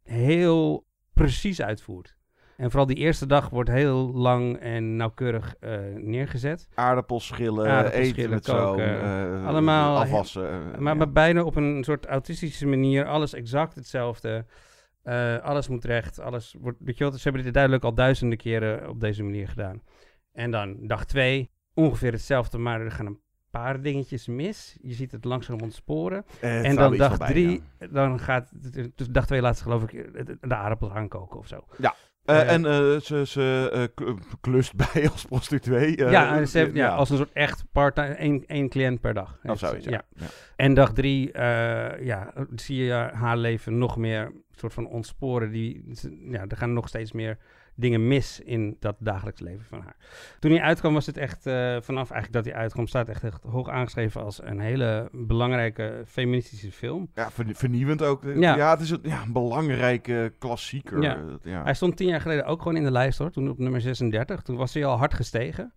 heel precies uitvoert. En vooral die eerste dag wordt heel lang en nauwkeurig uh, neergezet. Aardappels schillen, Aardappels eten met zoon, uh, allemaal afwassen. Uh, maar, ja. maar bijna op een soort autistische manier. Alles exact hetzelfde. Uh, alles moet recht. Alles wordt, weet je wel, ze hebben dit duidelijk al duizenden keren op deze manier gedaan. En dan dag twee, ongeveer hetzelfde, maar er gaan een paar dingetjes mis. Je ziet het langzaam ontsporen. Uh, en dan dag drie, ja. dan gaat, dus dag twee laat ze geloof ik de aardappels aankoken of zo. Ja. Uh, uh, en uh, ze, ze uh, klust bij als prostituee. Uh, ja, ze heeft, ja, ja, als een soort echt part-time, één, één cliënt per dag. Of zoiets, ja. ja. ja. En dag drie, uh, ja, zie je haar leven nog meer soort van ontsporen. Die, ja, er gaan nog steeds meer dingen mis in dat dagelijks leven van haar. Toen hij uitkwam was het echt, uh, vanaf eigenlijk dat hij uitkwam, staat echt, echt hoog aangeschreven als een hele belangrijke feministische film. Ja, vernieuwend ook. Ja, ja het is een, ja, een belangrijke klassieker. Ja. Ja. Hij stond tien jaar geleden ook gewoon in de lijst hoor, toen op nummer zesendertig. Toen was hij al hard gestegen.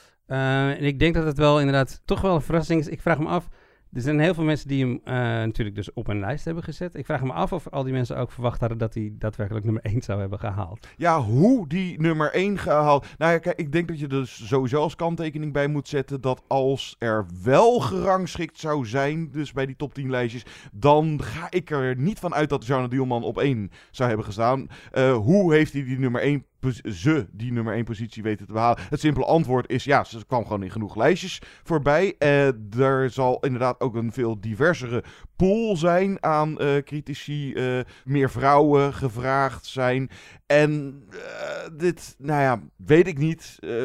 Uh, en ik denk dat het wel inderdaad toch wel een verrassing is. Ik vraag me af, er zijn heel veel mensen die hem uh, natuurlijk dus op een lijst hebben gezet. Ik vraag me af of al die mensen ook verwacht hadden dat hij daadwerkelijk nummer één zou hebben gehaald. Ja, hoe die nummer één gehaald. Nou ja, kijk, ik denk dat je dus sowieso als kanttekening bij moet zetten dat als er wel gerangschikt zou zijn, dus bij die top tien lijstjes, dan ga ik er niet van uit dat Jeanne Dielman op één zou hebben gestaan. Uh, hoe heeft hij die nummer één ze die nummer één positie weten te behalen? Het simpele antwoord is ja, ze kwam gewoon in genoeg lijstjes voorbij. Uh, er zal inderdaad ook een veel diversere pool zijn aan uh, critici. Uh, meer vrouwen gevraagd zijn. En uh, dit, nou ja, weet ik niet. Uh,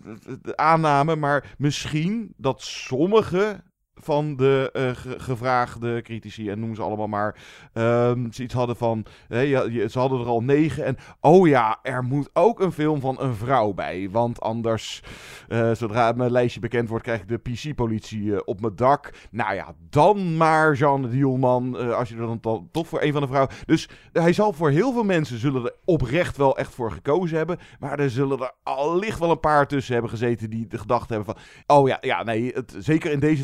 de aanname, maar misschien dat sommige van de uh, ge- gevraagde critici, en noem ze allemaal maar, um, ze iets hadden van, hè, ja, je, ze hadden er al negen en, oh ja, er moet ook een film van een vrouw bij, want anders, uh, zodra mijn lijstje bekend wordt, krijg ik de P C-politie uh, op mijn dak. Nou ja, dan maar Jeanne Dielman, uh, als je er dan to- toch voor een van de vrouwen. Dus uh, hij zal voor heel veel mensen, zullen er oprecht wel echt voor gekozen hebben, maar er zullen er allicht wel een paar tussen hebben gezeten die de gedachte hebben van, oh ja, ja, nee, het, zeker in deze tijd,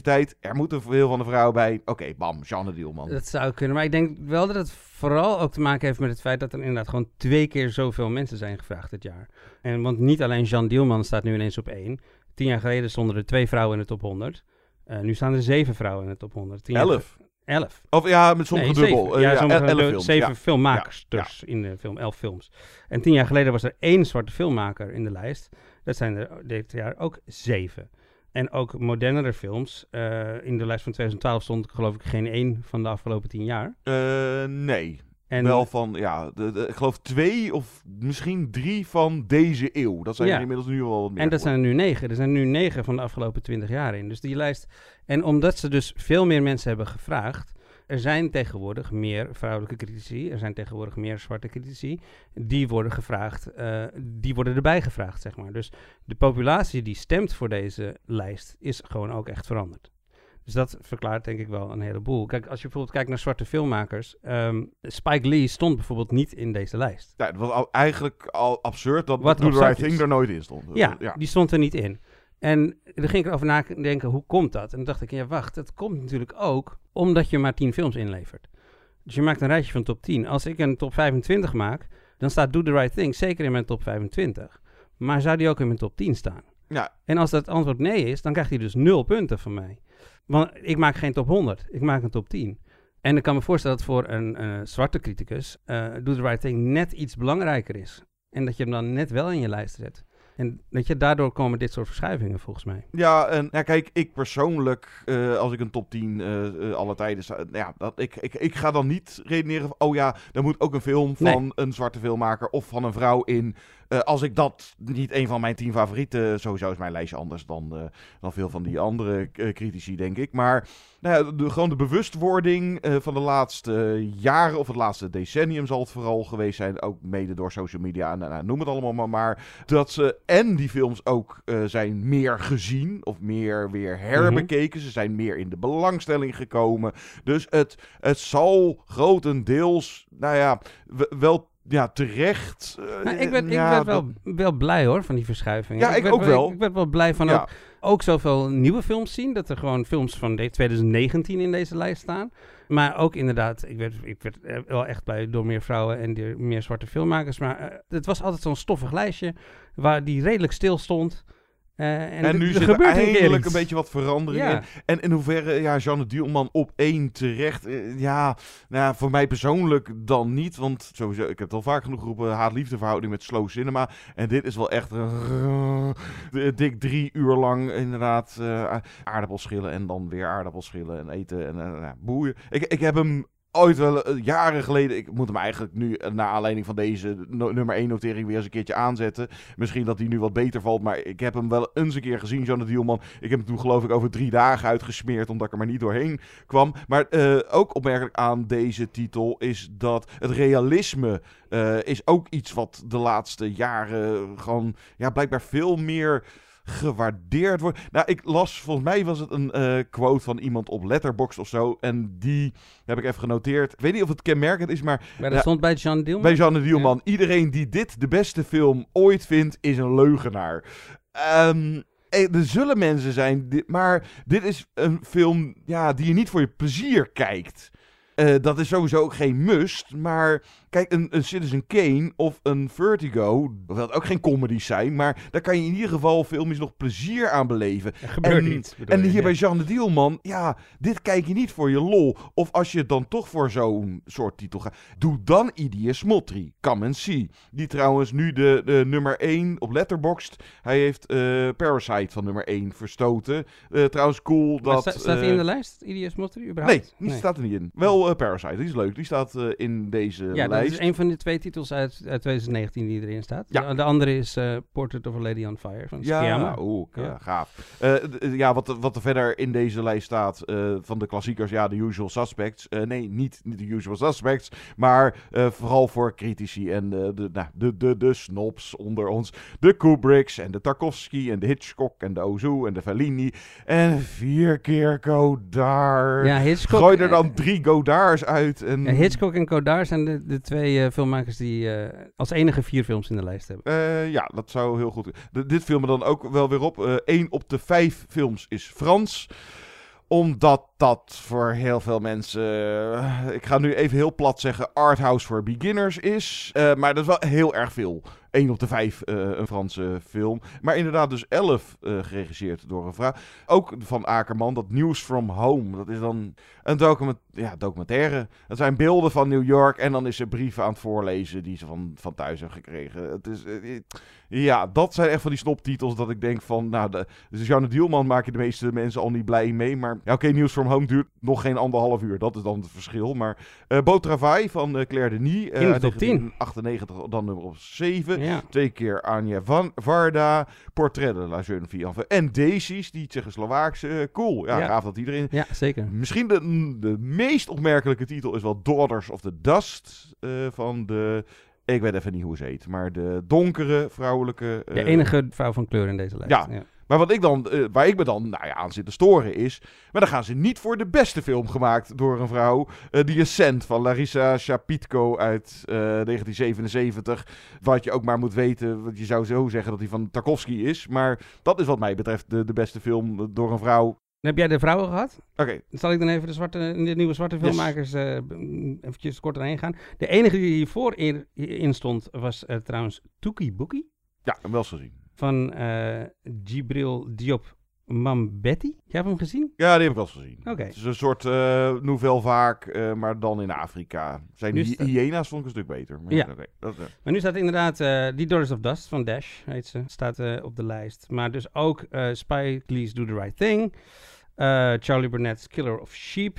er moet een veel van de vrouw bij. Oké, okay, bam, Jeanne Dielman. Dat zou kunnen, maar ik denk wel dat het vooral ook te maken heeft met het feit dat er inderdaad gewoon twee keer zoveel mensen zijn gevraagd dit jaar. En want niet alleen Jeanne Dielman staat nu ineens op één. Tien jaar geleden stonden er twee vrouwen in de top honderd. Uh, nu staan er zeven vrouwen in de top honderd. Tien elf. Elf. Of ja, met sommige nee, dubbel. Zeven. Ja, uh, sommige ja, elf de, films. Zeven ja. filmmakers ja, dus ja. in de film, elf films. En tien jaar geleden was er één zwarte filmmaker in de lijst. Dat zijn er dit jaar ook zeven. En ook modernere films. Uh, in de lijst van twintig twaalf stond geloof ik geen één van de afgelopen tien jaar. Uh, nee. En wel van, ja, de, de, ik geloof twee of misschien drie van deze eeuw. Dat zijn ja. er inmiddels nu wel wat meer. En dat zijn er nu negen. Er zijn nu negen van de afgelopen twintig jaar in. Dus die lijst... En omdat ze dus veel meer mensen hebben gevraagd... Er zijn tegenwoordig meer vrouwelijke critici. Er zijn tegenwoordig meer zwarte critici. Die worden gevraagd... Uh, die worden erbij gevraagd, zeg maar. Dus de populatie die stemt voor deze lijst... is gewoon ook echt veranderd. Dus dat verklaart denk ik wel een heleboel. Kijk, als je bijvoorbeeld kijkt naar zwarte filmmakers... Um, Spike Lee stond bijvoorbeeld niet in deze lijst. Ja, het was al, eigenlijk al absurd dat Wat Do the Right is. Thing er nooit in stond. Ja, ja, die stond er niet in. En dan ging ik erover nadenken, hoe komt dat? En dan dacht ik, ja wacht, dat komt natuurlijk ook omdat je maar tien films inlevert. Dus je maakt een rijtje van top tien. Als ik een top vijfentwintig maak, dan staat Do the Right Thing zeker in mijn top vijfentwintig. Maar zou die ook in mijn top tien staan? Ja. En als dat antwoord nee is, dan krijgt hij dus nul punten van mij. Want ik maak geen top honderd, ik maak een top tien. En ik kan me voorstellen dat voor een uh, zwarte criticus uh, Do the Right Thing net iets belangrijker is. En dat je hem dan net wel in je lijst zet. En dat je, daardoor komen dit soort verschuivingen volgens mij. Ja, en ja, kijk, ik persoonlijk, uh, als ik een top tien uh, uh, alle tijden sta, ja, dat, ik, ik, ik ga dan niet redeneren van, oh ja, daar moet ook een film van nee. een zwarte filmmaker of van een vrouw in. Uh, als ik dat niet een van mijn tien favorieten, sowieso is mijn lijstje anders dan, uh, dan veel van die andere uh, critici, denk ik. Maar nou ja, de, gewoon de bewustwording uh, van de laatste jaren of het laatste decennium zal het vooral geweest zijn. Ook mede door social media en nou, noem het allemaal maar. maar dat ze en die films ook uh, zijn meer gezien of meer weer herbekeken. Mm-hmm. Ze zijn meer in de belangstelling gekomen. Dus het, het zal grotendeels, nou ja, w- wel... Ja, terecht. Uh, nou, ik werd, ja, ik werd wel, dat... wel blij hoor, van die verschuiving. Ja, ik, ik ook wel. wel. Ik, ik werd wel blij van ja. ook, ook zoveel nieuwe films zien. Dat er gewoon films van de twintig negentien in deze lijst staan. Maar ook inderdaad, ik werd, ik werd wel echt blij door meer vrouwen en door meer zwarte filmmakers. Maar uh, het was altijd zo'n stoffig lijstje waar die redelijk stil stond. Uh, en en nu d- zit er eindelijk een beetje wat verandering ja. in. En in hoeverre, ja, Jeanne Dielman op één terecht. Uh, ja, nou, voor mij persoonlijk dan niet. Want sowieso, ik heb het al vaak genoeg geroepen, haat-liefde verhouding met slow cinema. En dit is wel echt uh, dik drie uur lang inderdaad uh, aardappelschillen en dan weer aardappelschillen en eten en uh, nou, boeien. Ik, ik heb hem... Ooit wel uh, jaren geleden, ik moet hem eigenlijk nu uh, naar aanleiding van deze no- nummer één notering weer eens een keertje aanzetten. Misschien dat hij nu wat beter valt, maar ik heb hem wel eens een keer gezien, Jeanne Dielman. Ik heb hem toen geloof ik over drie dagen uitgesmeerd, omdat ik er maar niet doorheen kwam. Maar uh, ook opmerkelijk aan deze titel is dat het realisme uh, is ook iets wat de laatste jaren gewoon, ja, blijkbaar veel meer... gewaardeerd wordt. Nou, ik las, volgens mij was het een uh, quote van iemand op Letterboxd of zo. En die heb ik even genoteerd. Ik weet niet of het kenmerkend is, maar... Maar dat ja, stond bij Jeanne Dielman? Bij Jeanne Dielman. Ja. Iedereen die dit de beste film ooit vindt, is een leugenaar. Um, er zullen mensen zijn, die, maar dit is een film ja, die je niet voor je plezier kijkt. Uh, dat is sowieso ook geen must, maar kijk, een, een Citizen Kane of een Vertigo, hoewel het ook geen comedies zijn, maar daar kan je in ieder geval filmisch nog plezier aan beleven. Dat gebeurt en, niet. En hier je, bij ja. Jeanne Dielman, ja, dit kijk je niet voor je lol. Of als je dan toch voor zo'n soort titel gaat, doe dan Idiot Smotri, Come and See. Die trouwens nu de, de nummer één op Letterboxd, hij heeft uh, Parasite van nummer één verstoten. Uh, trouwens cool dat... Sta, staat hij uh, in de lijst, Idiot Smotri, überhaupt? Nee, die nee. staat er niet in. Wel uh, Parasite, die is leuk. Die staat uh, in deze ja, lijst. Dat is een van de twee titels uit, uit twintig negentien die erin staat. Ja. De, de andere is uh, Portrait of a Lady on Fire van Ja, oeh, ja. ja, gaaf. Uh, d- ja, wat, wat er verder in deze lijst staat uh, van de klassiekers, ja, The Usual Suspects. Uh, nee, niet, niet The Usual Suspects, maar uh, vooral voor critici en uh, de, nou, de, de, de snobs onder ons. De Kubricks en de Tarkovsky en de Hitchcock en de Ozu en de Fellini. En vier keer Godard. Ja, Hitchcock. Gooi er dan drie Godards uit. En... Ja, Hitchcock en Godard zijn de, de twee uh, filmmakers die uh, als enige vier films in de lijst hebben. Uh, ja, dat zou heel goed... De, dit viel me dan ook wel weer op. Uh, één op de vijf films is Frans. Omdat dat voor heel veel mensen, uh, ik ga nu even heel plat zeggen, arthouse voor beginners is. Uh, maar dat is wel heel erg veel. Eén op de vijf uh, een Franse film. Maar inderdaad dus elf uh, geregisseerd door een vrouw. Ook van Akerman, dat News from Home. Dat is dan een document, ja, documentaire. Dat zijn beelden van New York en dan is ze brieven aan het voorlezen die ze van, van thuis hebben gekregen. Het is, uh, ja, dat zijn echt van die snoptitels dat ik denk van, nou, de, dus Jeanne Dielman maak je de meeste mensen al niet blij mee. Maar ja, oké, okay, News from Home duurt nog geen anderhalf uur. Dat is dan het verschil. Maar uh, Beau Travail van uh, Claire Denis. Uh, in de top tien. negentien achtennegentig, dan nummer op zeven. Ja. Twee keer Anja Van Varda, Portrait de la Jeune Fille en Daisies, die Tsjechoslowaakse. Uh, cool, ja, ja, gaaf dat iedereen. Ja, zeker. Misschien de, de meest opmerkelijke titel is wel Daughters of the Dust uh, van de, ik weet even niet hoe ze heet, maar de donkere vrouwelijke. Uh, de enige vrouw van kleur in deze lijst. Ja. ja. Maar wat ik dan, uh, waar ik me dan nou ja, aan zit te storen is, maar dan gaan ze niet voor de beste film gemaakt door een vrouw. Uh, The Ascent van Larissa Shapitko uit uh, negentien zevenenzeventig. Wat je ook maar moet weten, want je zou zo zeggen dat hij van Tarkovsky is. Maar dat is wat mij betreft de, de beste film door een vrouw. Heb jij de vrouwen gehad? Oké. Okay. Dan zal ik dan even de, zwarte, de nieuwe zwarte filmmakers uh, eventjes kort erheen gaan. De enige die hiervoor in, in stond was uh, trouwens Tuki Buki. Ja, wel eens gezien. Van uh, Djibril Diop Mambety. Jij hebt hem gezien? Ja, die heb ik wel eens gezien. Oké. Okay. Het is een soort uh, nouvelle vaak, uh, maar dan in Afrika. Zijn die sta- hyena's vond ik een stuk beter. Maar, ja. Okay, dat, uh. Maar nu staat inderdaad uh, die Daughters of Dust van Dash, heet ze, staat uh, op de lijst. Maar dus ook uh, Spike Lee's Do the Right Thing. Uh, Charlie Burnett's Killer of Sheep.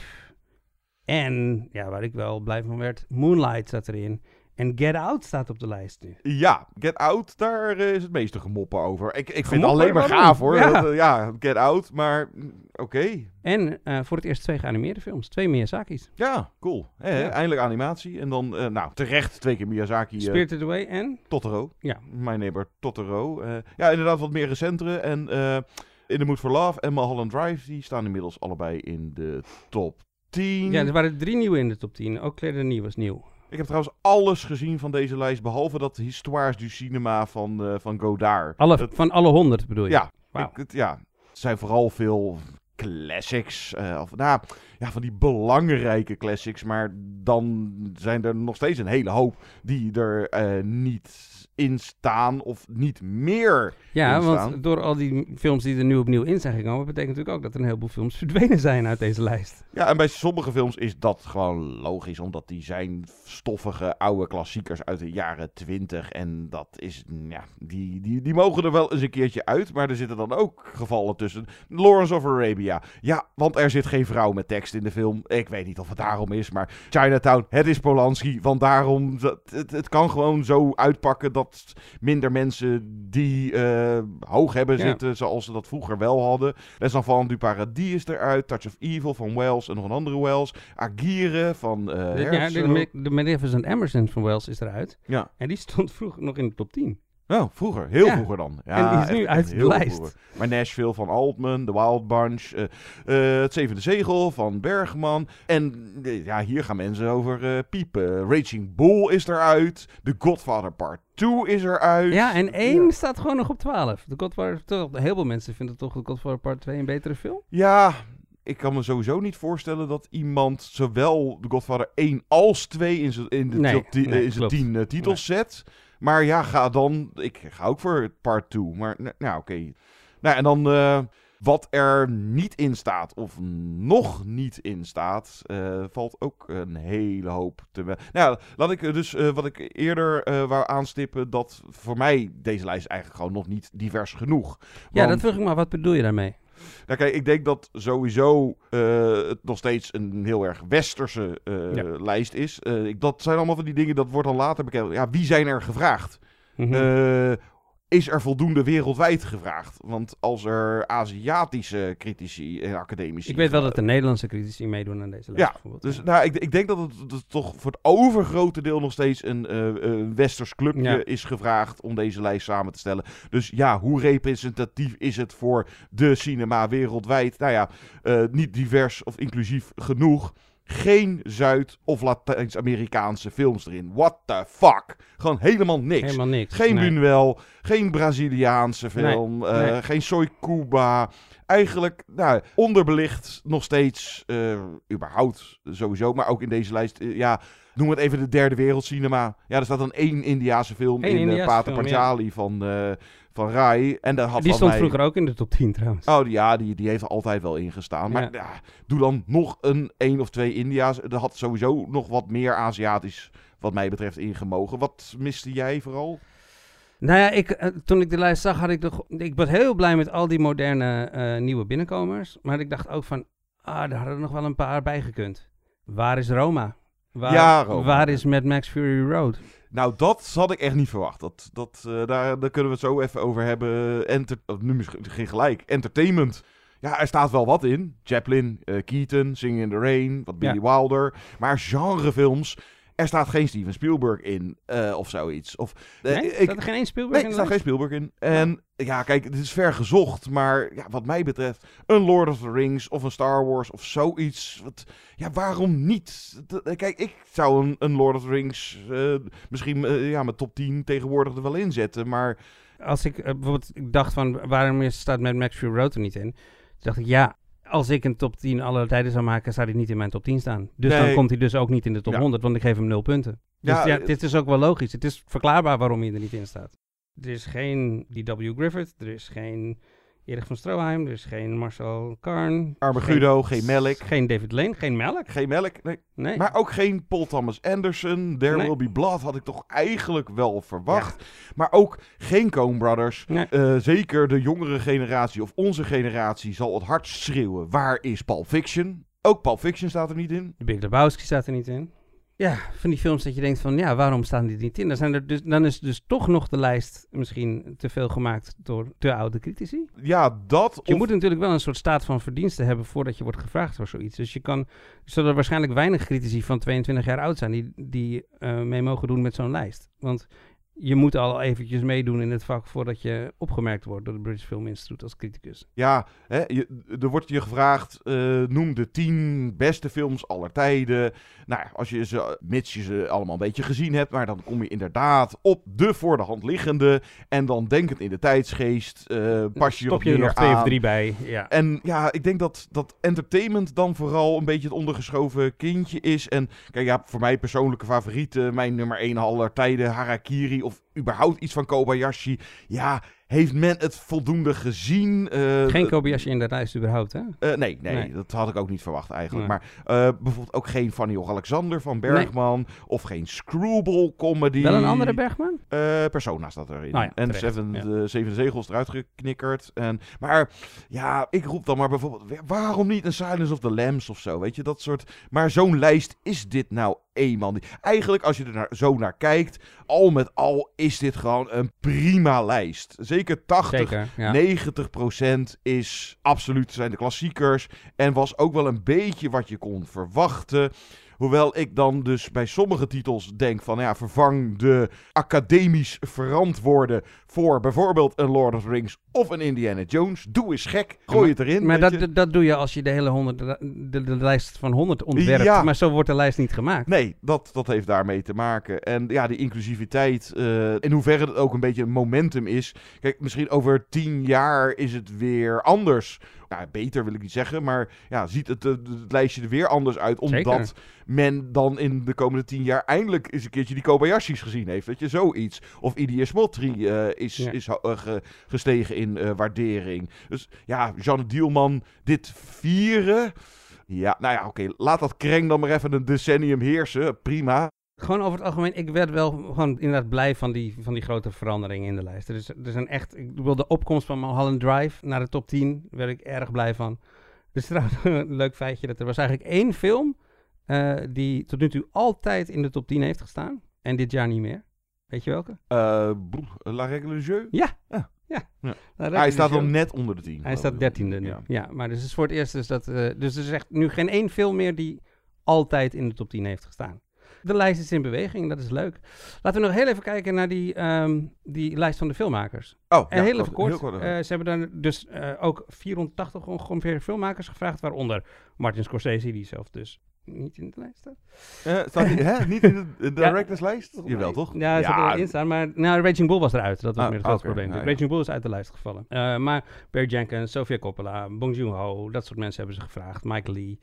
En, ja, waar ik wel blij van werd, Moonlight staat erin. En Get Out staat op de lijst nu. Ja, Get Out, daar uh, is het meeste gemoppen over. Ik, ik vind Gemoppen, het alleen maar gaaf hoor. Ja, dat, uh, ja Get Out, maar oké. Okay. En uh, voor het eerst twee geanimeerde films. Twee Miyazaki's. Ja, cool. Eh, ja. Eindelijk animatie. En dan, uh, nou, terecht twee keer Miyazaki. Uh, Spirited Away en? Totoro. Ja. My Neighbor Totoro. Uh, ja, inderdaad wat meer recentere. En uh, In the Mood for Love en Mulholland Drive, die staan inmiddels allebei in de top tien. Ja, er waren drie nieuwe in de top tien. Ook Claire Denis was nieuw. Ik heb trouwens alles gezien van deze lijst, behalve dat Histoires du Cinema van, uh, van Godard. Alle, het, van alle honderd bedoel je? Ja, wow. ik, het, ja, het zijn vooral veel classics. Uh, of, nou, ja, van die belangrijke classics, maar dan zijn er nog steeds een hele hoop die er uh, niet in staan of niet meer ja, in staan. Want door al die films die er nu opnieuw in zijn gekomen, betekent natuurlijk ook dat er een heleboel films verdwenen zijn uit deze lijst. Ja, en bij sommige films is dat gewoon logisch, omdat die zijn stoffige oude klassiekers uit de jaren twintig en dat is, ja, die, die, die mogen er wel eens een keertje uit, maar er zitten dan ook gevallen tussen. Lawrence of Arabia. Ja, want er zit geen vrouw met tekst in de film. Ik weet niet of het daarom is, maar Chinatown, het is Polanski, want daarom, het, het kan gewoon zo uitpakken dat minder mensen die uh, hoog hebben ja. zitten, zoals ze dat vroeger wel hadden. Les Enfants du Paradis is eruit, Touch of Evil van Wells en nog een andere Wells. Aguirre van uh, de, ja, de, de Magnificent Emerson van Wells is eruit. Ja. En die stond vroeger nog in de top tien. Oh, vroeger. Heel ja. vroeger dan. Ja, en die is nu echt, uit de lijst. Vroeger. Maar Nashville van Altman, The Wild Bunch, uh, uh, Het Zevende Zegel van Bergman. En uh, ja, hier gaan mensen over uh, piepen. Raging Bull is eruit. The Godfather Part twee is eruit. Ja, en één ja. staat gewoon nog op twaalf. The Godfather, toch, heel veel mensen vinden toch The Godfather Part twee een betere film? Ja, ik kan me sowieso niet voorstellen dat iemand zowel The Godfather één als twee in zijn in de nee, top tien, nee, in zijn tien uh, titels nee. zet. Maar ja, ga dan... Ik ga ook voor part twee. Maar nou, oké. Okay. Nou, en dan uh, wat er niet in staat, of nog niet in staat, uh, valt ook een hele hoop te... Nou, laat ik dus uh, wat ik eerder uh, wou aanstippen, dat voor mij deze lijst eigenlijk gewoon nog niet divers genoeg. Ja, Want, dat vroeg ik maar. Wat bedoel je daarmee? Nou kijk, ik denk dat sowieso uh, het nog steeds een heel erg westerse uh, ja. lijst is. Uh, ik, dat zijn allemaal van die dingen, dat wordt dan later bekend. Ja, wie zijn er gevraagd? Mm-hmm. Uh, is er voldoende wereldwijd gevraagd? Want als er Aziatische critici en academici... Ik weet wel dat de Nederlandse critici meedoen aan deze lijst. Ja, bijvoorbeeld. dus ja. Nou, ik, ik denk dat het, dat het toch voor het overgrote deel nog steeds een uh, uh, westers clubje ja. is gevraagd om deze lijst samen te stellen. Dus ja, hoe representatief is het voor de cinema wereldwijd? Nou ja, uh, niet divers of inclusief genoeg. geen Zuid- of Latijns-Amerikaanse films erin. What the fuck? Gewoon helemaal niks. Helemaal niks. Geen nee. Buñuel, geen Braziliaanse film, Nee, uh, nee. geen Soy Cuba. Eigenlijk nou, onderbelicht nog steeds, uh, überhaupt sowieso, maar ook in deze lijst, uh, ja, noem het even de derde wereldcinema. Ja, er staat dan één Indiase film Eén in Indiase uh, Pater film, Panchali ja. van, uh, van Rai. En daar had die van stond mij... vroeger ook in de top tien trouwens. Oh ja, die, die heeft er altijd wel ingestaan. Maar Ja. ja, doe dan nog een één of twee India's. Er had sowieso nog wat meer Aziatisch, wat mij betreft, ingemogen. Wat miste jij vooral? Nou ja, ik, uh, toen ik de lijst zag, had ik nog... Ik was heel blij met al die moderne uh, nieuwe binnenkomers. Maar ik dacht ook van... Ah, daar hadden er nog wel een paar bij gekund. Waar is Roma? Waar, ja, Roma. Waar is Mad Max Fury Road? Nou, dat had ik echt niet verwacht. Dat, dat, uh, daar, daar kunnen we het zo even over hebben. Enter, nu misschien geen gelijk. Entertainment. Ja, er staat wel wat in. Chaplin, uh, Keaton, Singing in the Rain, wat Billy ja. Wilder. Maar genrefilms... Er staat geen Steven Spielberg in, uh, of zoiets. Of, uh, nee, ik, staat er geen één Spielberg nee, in? er staat geen Spielberg in. En ja. ja, kijk, het is ver gezocht. Maar ja, wat mij betreft, een Lord of the Rings of een Star Wars of zoiets. Wat, ja, waarom niet? De, kijk, ik zou een, een Lord of the Rings uh, misschien uh, ja, mijn top tien tegenwoordig er wel in zetten. Maar als ik uh, bijvoorbeeld ik dacht van, waarom staat Mad Max Fury Road er niet in? Toen dacht ik, ja... Als ik een top tien aller tijden zou maken, zou hij niet in mijn top tien staan. Dus nee. dan komt hij dus ook niet in de top ja. honderd, want ik geef hem nul punten. Dus ja, ja, dit is ook wel logisch. Het is verklaarbaar waarom hij er niet in staat. Er is geen D W Griffith, er is geen Erich van Stroheim, er is geen Marcel Karn. Arme Guido, geen, geen Melk. Geen David Lane, geen Melk. Geen Melk, nee. nee. Maar ook geen Paul Thomas Anderson. There nee. Will Be Blood had ik toch eigenlijk wel verwacht. Ja. Maar ook geen Coen Brothers. Nee. Uh, zeker de jongere generatie of onze generatie zal het hard schreeuwen. Waar is Pulp Fiction? Ook Pulp Fiction staat er niet in. De Big Lebowski staat er niet in. Ja, van die films dat je denkt van, ja, waarom staan die niet in? Dan, zijn er dus, dan is dus toch nog de lijst misschien te veel gemaakt door te oude critici. Ja, dat... Je of... moet natuurlijk wel een soort staat van verdiensten hebben voordat je wordt gevraagd voor zoiets. Dus je kan, zullen er waarschijnlijk weinig critici van tweeëntwintig jaar oud zijn die, die uh, mee mogen doen met zo'n lijst. Want je moet al eventjes meedoen in het vak voordat je opgemerkt wordt door de British Film Institute als criticus. Ja, hè, je, er wordt je gevraagd, uh, noem de tien beste films aller tijden. Nou, als je ze, mits je ze allemaal een beetje gezien hebt, maar dan kom je inderdaad op de voor de hand liggende. En dan denkend in de tijdsgeest, uh, pas je, Stop je er nog twee aan. of drie bij. Ja. En ja, ik denk dat, dat entertainment dan vooral een beetje het ondergeschoven kindje is. En kijk, ja, voor mij persoonlijke favorieten, mijn nummer één aller tijden, Harakiri of überhaupt iets van Kobayashi. Ja, heeft men het voldoende gezien? Uh, geen Kobayashi in de lijst überhaupt, hè? Uh, nee, nee, nee, dat had ik ook niet verwacht eigenlijk. Nee. Maar uh, bijvoorbeeld ook geen Fanny Alexander van Bergman. Nee. Of geen Screwball comedy. Wel een andere Bergman? Uh, Persona staat erin. Nou ja, en terecht, Seven, ja. de Zeven Zegels eruit geknikkerd. En, maar ja, ik roep dan maar bijvoorbeeld, waarom niet een Silence of the Lambs of zo? Weet je, dat soort... Maar zo'n lijst is dit nou eenmaal niet. Eigenlijk, als je er naar, zo naar kijkt, al met al is dit gewoon een prima lijst. Zeker tachtig, Zeker, ja. negentig procent is absoluut, zijn de klassiekers. En was ook wel een beetje wat je kon verwachten. Hoewel ik dan dus bij sommige titels denk van, ja, vervang de academisch verantwoorde voor bijvoorbeeld een Lord of the Rings of een Indiana Jones. Doe eens gek, gooi het erin. Maar dat, dat doe je als je de hele honderd, de, de, de lijst van honderd ontwerpt. Ja. Maar zo wordt de lijst niet gemaakt. Nee, dat, dat heeft daarmee te maken. En ja, die inclusiviteit, uh, in hoeverre het ook een beetje een momentum is. Kijk, misschien over tien jaar is het weer anders. Nou, beter wil ik niet zeggen, maar ja, ziet het, het, het lijstje er weer anders uit. Omdat Zeker. men dan in de komende tien jaar eindelijk eens een keertje die Kobayashi's gezien heeft. Weet je, zoiets. Of Idi Smotri uh, is, ja. is uh, ge, gestegen in uh, waardering. Dus ja, Jeanne Dielman dit vieren. Ja, nou ja, oké. Okay, laat dat kreng dan maar even een decennium heersen. Prima. Gewoon over het algemeen, ik werd wel gewoon inderdaad blij van die, van die grote veranderingen in de lijst. Er is, er is een echt, ik bedoel, de opkomst van Mulholland Drive naar de top tien, daar werd ik erg blij van. Dus trouwens, een leuk feitje, dat er was eigenlijk één film uh, die tot nu toe altijd in de top tien heeft gestaan. En dit jaar niet meer. Weet je welke? Uh, La Règle du Jeu? Ja. ja. Ja. ja. Hij staat dan net onder de tien. Hij staat dertiende nu. Ja. ja, maar dus het is voor het eerst dus dat... Uh, dus er is echt nu geen één film meer die altijd in de top tien heeft gestaan. De lijst is in beweging, dat is leuk. Laten we nog heel even kijken naar die, um, die lijst van de filmmakers. Oh, en ja, heel even kort. Heel kort uh, ze hebben dan dus uh, ook vierhonderdtachtig ongeveer filmmakers gevraagd, waaronder Martin Scorsese, die zelf dus niet in de lijst staat. Uh, staat die, hè? Niet in de, de directorslijst? Ja, jawel, toch? Ja, hij ja. zat erin staan, maar nou, Raging Bull was eruit. Dat was Ah, meer het grootste okay. probleem. Ja, ja. Raging Bull is uit de lijst gevallen. Uh, maar Barry Jenkins, Sofia Coppola, Bong Joon-ho, dat soort mensen hebben ze gevraagd. Michael Lee.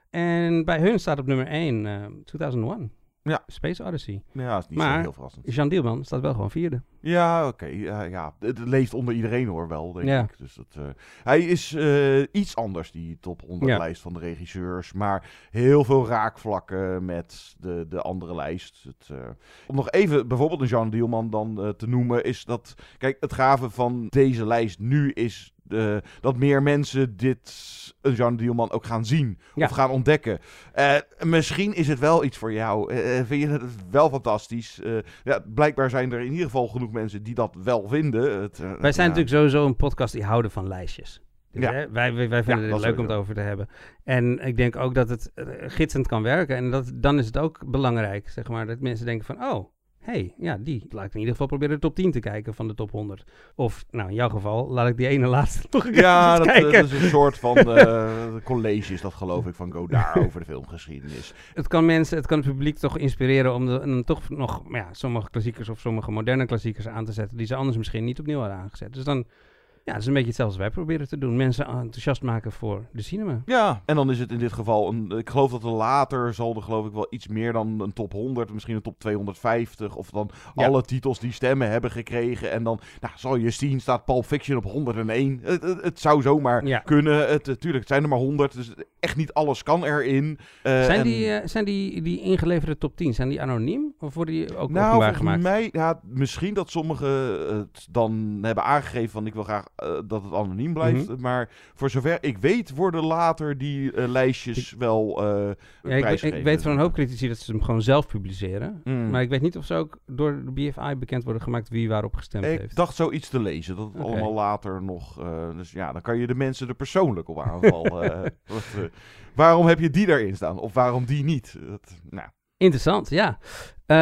En bij hun staat op nummer één uh, tweeduizend één. Ja. Space Odyssey. Ja, dat is niet maar zo heel verrassend. Jean Dielman staat wel gewoon vierde. Ja, oké. Okay. Uh, ja, het leeft onder iedereen hoor wel, denk ja. ik. Dus dat, uh, hij is uh, iets anders, die top honderd ja. lijst van de regisseurs. Maar heel veel raakvlakken met de, de andere lijst. Het, uh, om nog even bijvoorbeeld een Jean Dielman dan uh, te noemen, is dat... Kijk, het gave van deze lijst nu is... Uh, dat meer mensen dit een Jean Dielman ook gaan zien ja. of gaan ontdekken. Uh, misschien is het wel iets voor jou. Uh, vind je het wel fantastisch? Uh, ja, blijkbaar zijn er in ieder geval genoeg mensen die dat wel vinden. Het, uh, wij zijn ja. natuurlijk sowieso een podcast die houden van lijstjes. Dus, ja. hè, wij, wij, wij vinden ja, het leuk sowieso. om het over te hebben. En ik denk ook dat het uh, gidsend kan werken. En dat, dan is het ook belangrijk, zeg maar, dat mensen denken van... oh. hey, ja, die. Laat ik in ieder geval proberen de top tien te kijken van de top honderd. Of, nou, in jouw geval, laat ik die ene laatste nog een keer ja, dat, kijken. Ja, dat is een soort van uh, college is dat, geloof ik, van Godard over de filmgeschiedenis. Het kan mensen, het kan het publiek toch inspireren om de, en toch nog ja, sommige klassiekers of sommige moderne klassiekers aan te zetten die ze anders misschien niet opnieuw hadden aangezet. Dus dan... Ja, dat is een beetje hetzelfde als wij proberen te doen. Mensen enthousiast maken voor de cinema. Ja, en dan is het in dit geval... Een, ik geloof dat er later zal er geloof ik wel iets meer dan een top honderd... misschien een top tweehonderdvijftig... of dan ja. alle titels die stemmen hebben gekregen. En dan nou, zal je zien, staat Pulp Fiction op honderdéén. Het, het, het zou zomaar ja. kunnen. Het, tuurlijk, het zijn er maar honderd. Dus echt niet alles kan erin. Uh, zijn en... die, uh, zijn die, die ingeleverde top tien, zijn die anoniem? Of worden die ook nou, openbaar gemaakt? Mij, ja, misschien dat sommigen het dan hebben aangegeven van... ik wil graag uh, dat het anoniem blijft. Mm-hmm. Maar voor zover ik weet worden later die uh, lijstjes ik, ja, wel uh, prijsgegeven. Ik, ik weet van een hoop critici dat ze hem gewoon zelf publiceren. Mm. Maar ik weet niet of ze ook door de B F I bekend worden gemaakt wie waarop gestemd ik heeft. Ik dacht zoiets te lezen. Dat het okay. allemaal later nog... Uh, dus ja, dan kan je de mensen er persoonlijk op aanvallen. uh, wat, uh, waarom heb je die daarin staan? Of waarom die niet? Dat, nou... Interessant, ja. Uh,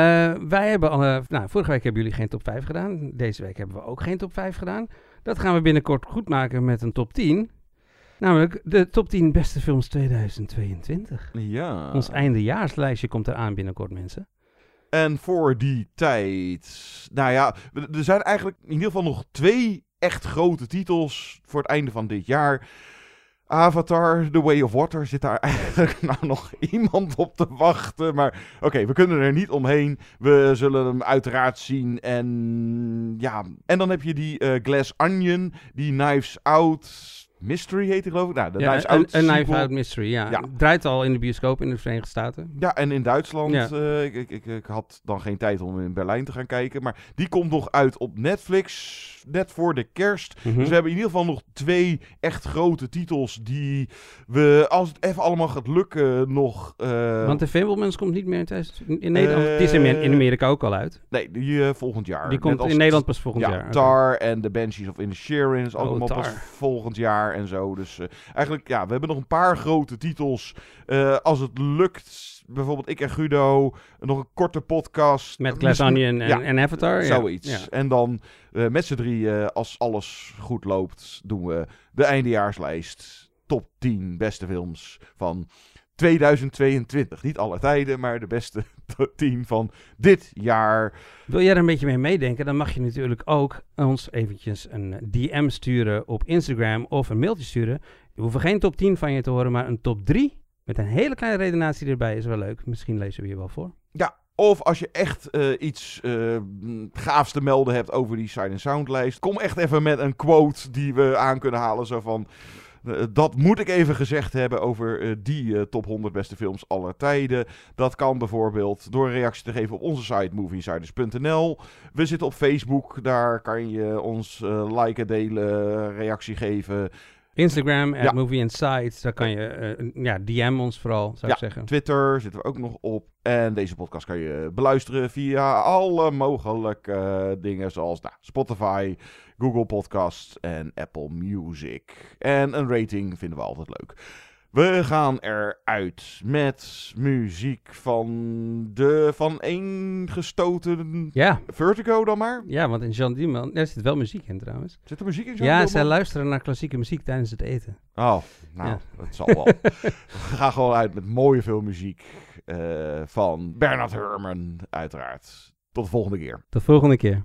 wij hebben al, uh, nou, vorige week hebben jullie geen top vijf gedaan. Deze week hebben we ook geen top vijf gedaan. Dat gaan we binnenkort goed maken met een top tien. Namelijk de top tien beste films tweeduizend tweeëntwintig. Ja. Ons eindejaarslijstje komt eraan binnenkort, mensen. En voor die tijd... Nou ja, er zijn eigenlijk in ieder geval nog twee echt grote titels voor het einde van dit jaar... Avatar, The Way of Water, zit daar eigenlijk nou nog iemand op te wachten. Maar oké, okay, we kunnen er niet omheen. We zullen hem uiteraard zien. En ja, en dan heb je die uh, Glass Onion, die Knives Out Mystery heet hij geloof ik. Nou, de ja, Knives een, Out een sequel. Knives Out Mystery, ja. ja. Draait al in de bioscoop in de Verenigde Staten. Ja, en in Duitsland. Ja. Uh, ik, ik, ik had dan geen tijd om in Berlijn te gaan kijken. Maar die komt nog uit op Netflix. Net voor de kerst. Mm-hmm. Dus we hebben in ieder geval nog twee echt grote titels die we, als het even allemaal gaat lukken, nog... Uh, Want de Fabelmans komt niet meer in, thuis, in Nederland. Uh, die is in, in Amerika ook al uit. Nee, die uh, volgend jaar. Die komt in Nederland pas volgend ja, jaar. Tar okay. en The Banshees of Inisherin is oh, allemaal Tar. pas volgend jaar en zo. Dus uh, eigenlijk, ja, we hebben nog een paar grote titels. Uh, als het lukt... Bijvoorbeeld ik en Guido, nog een korte podcast. Met Glass Onion en, ja, en Avatar. Zoiets. Ja. En dan uh, met z'n drie, uh, als alles goed loopt, doen we de eindejaarslijst. Top tien beste films van tweeduizend tweeëntwintig. Niet alle tijden, maar de beste tien van dit jaar. Wil jij er een beetje mee meedenken? Dan mag je natuurlijk ook ons eventjes een D M sturen op Instagram of een mailtje sturen. We hoeven geen top tien van je te horen, maar een top drie. Met een hele kleine redenatie erbij is wel leuk. Misschien lezen we je wel voor. Ja, of als je echt uh, iets uh, gaafs te melden hebt over die Sight and Sound lijst. Kom echt even met een quote die we aan kunnen halen. Zo van, uh, dat moet ik even gezegd hebben over uh, die uh, top honderd beste films aller tijden. Dat kan bijvoorbeeld door een reactie te geven op onze site movie insiders punt n l. We zitten op Facebook. Daar kan je ons uh, liken, delen, reactie geven. Instagram, at ja. Movie Insights, daar kan je, uh, ja, D M ons vooral, zou ja, ik zeggen. Twitter zitten we ook nog op. En deze podcast kan je beluisteren via alle mogelijke uh, dingen zoals nou, Spotify, Google Podcasts en Apple Music. En een rating vinden we altijd leuk. We gaan eruit met muziek van de vaneengestoten Ja. Vertigo dan maar. Ja, want in Jeanne Dielman... Er zit wel muziek in trouwens. Zit er muziek in Jeanne Ja, Dielman? zij luisteren naar klassieke muziek tijdens het eten. Oh, nou, Ja. dat zal wel. We gaan gewoon uit met mooie filmmuziek uh, van Bernard Herrmann, uiteraard. Tot de volgende keer. Tot de volgende keer.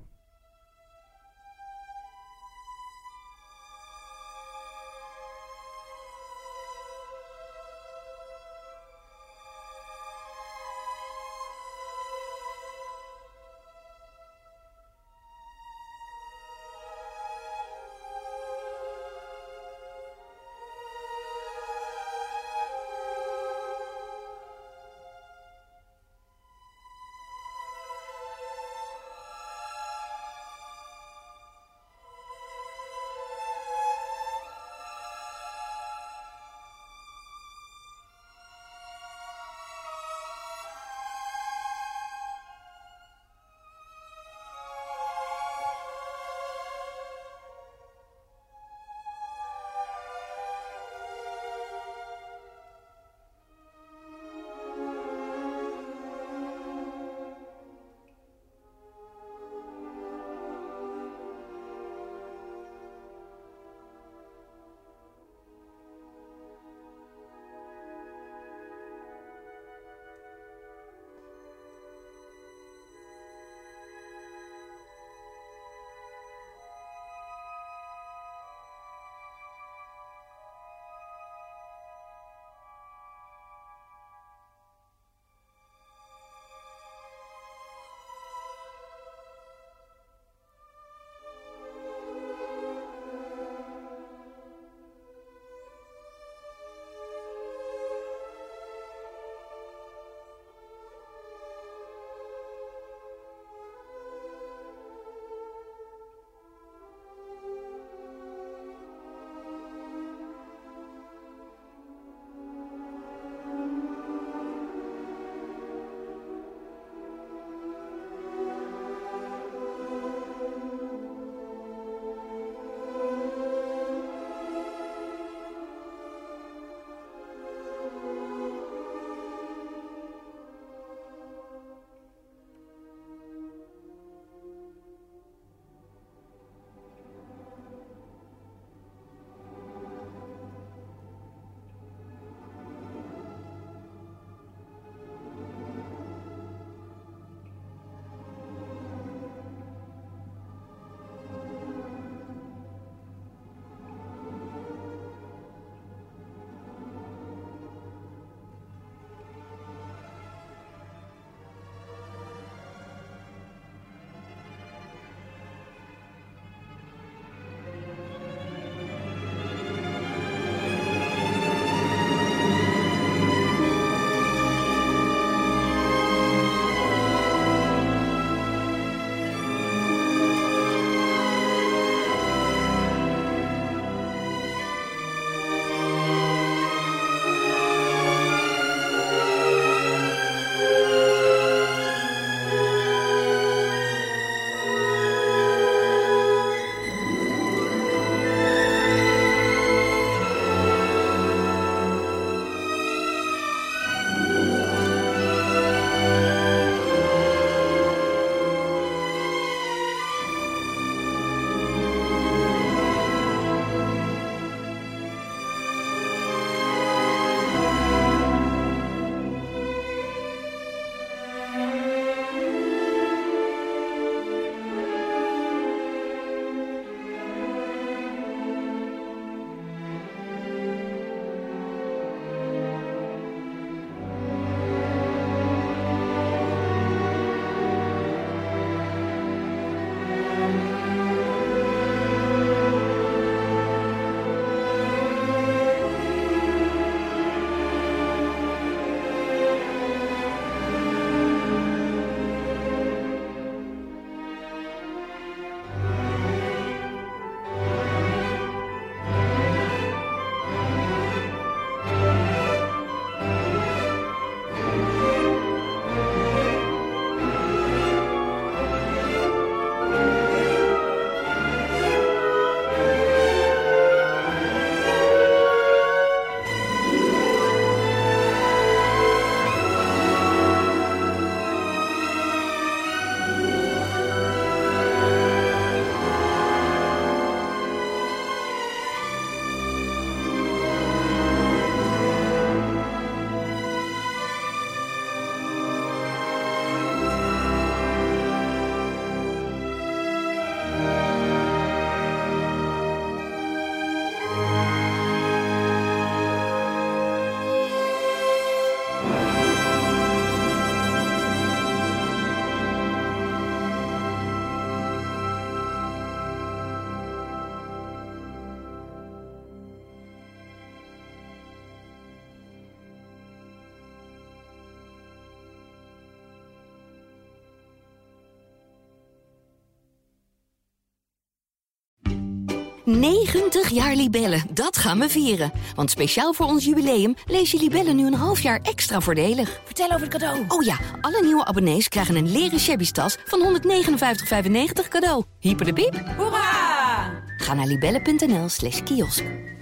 negentig jaar Libellen, dat gaan we vieren. Want speciaal voor ons jubileum lees je Libellen nu een half jaar extra voordelig. Vertel over het cadeau. Oh ja, alle nieuwe abonnees krijgen een leren shabby tas van honderdnegenenvijftig vijfennegentig cadeau. Hyper de piep. Hoera! Ga naar libellen punt n l slash kiosk.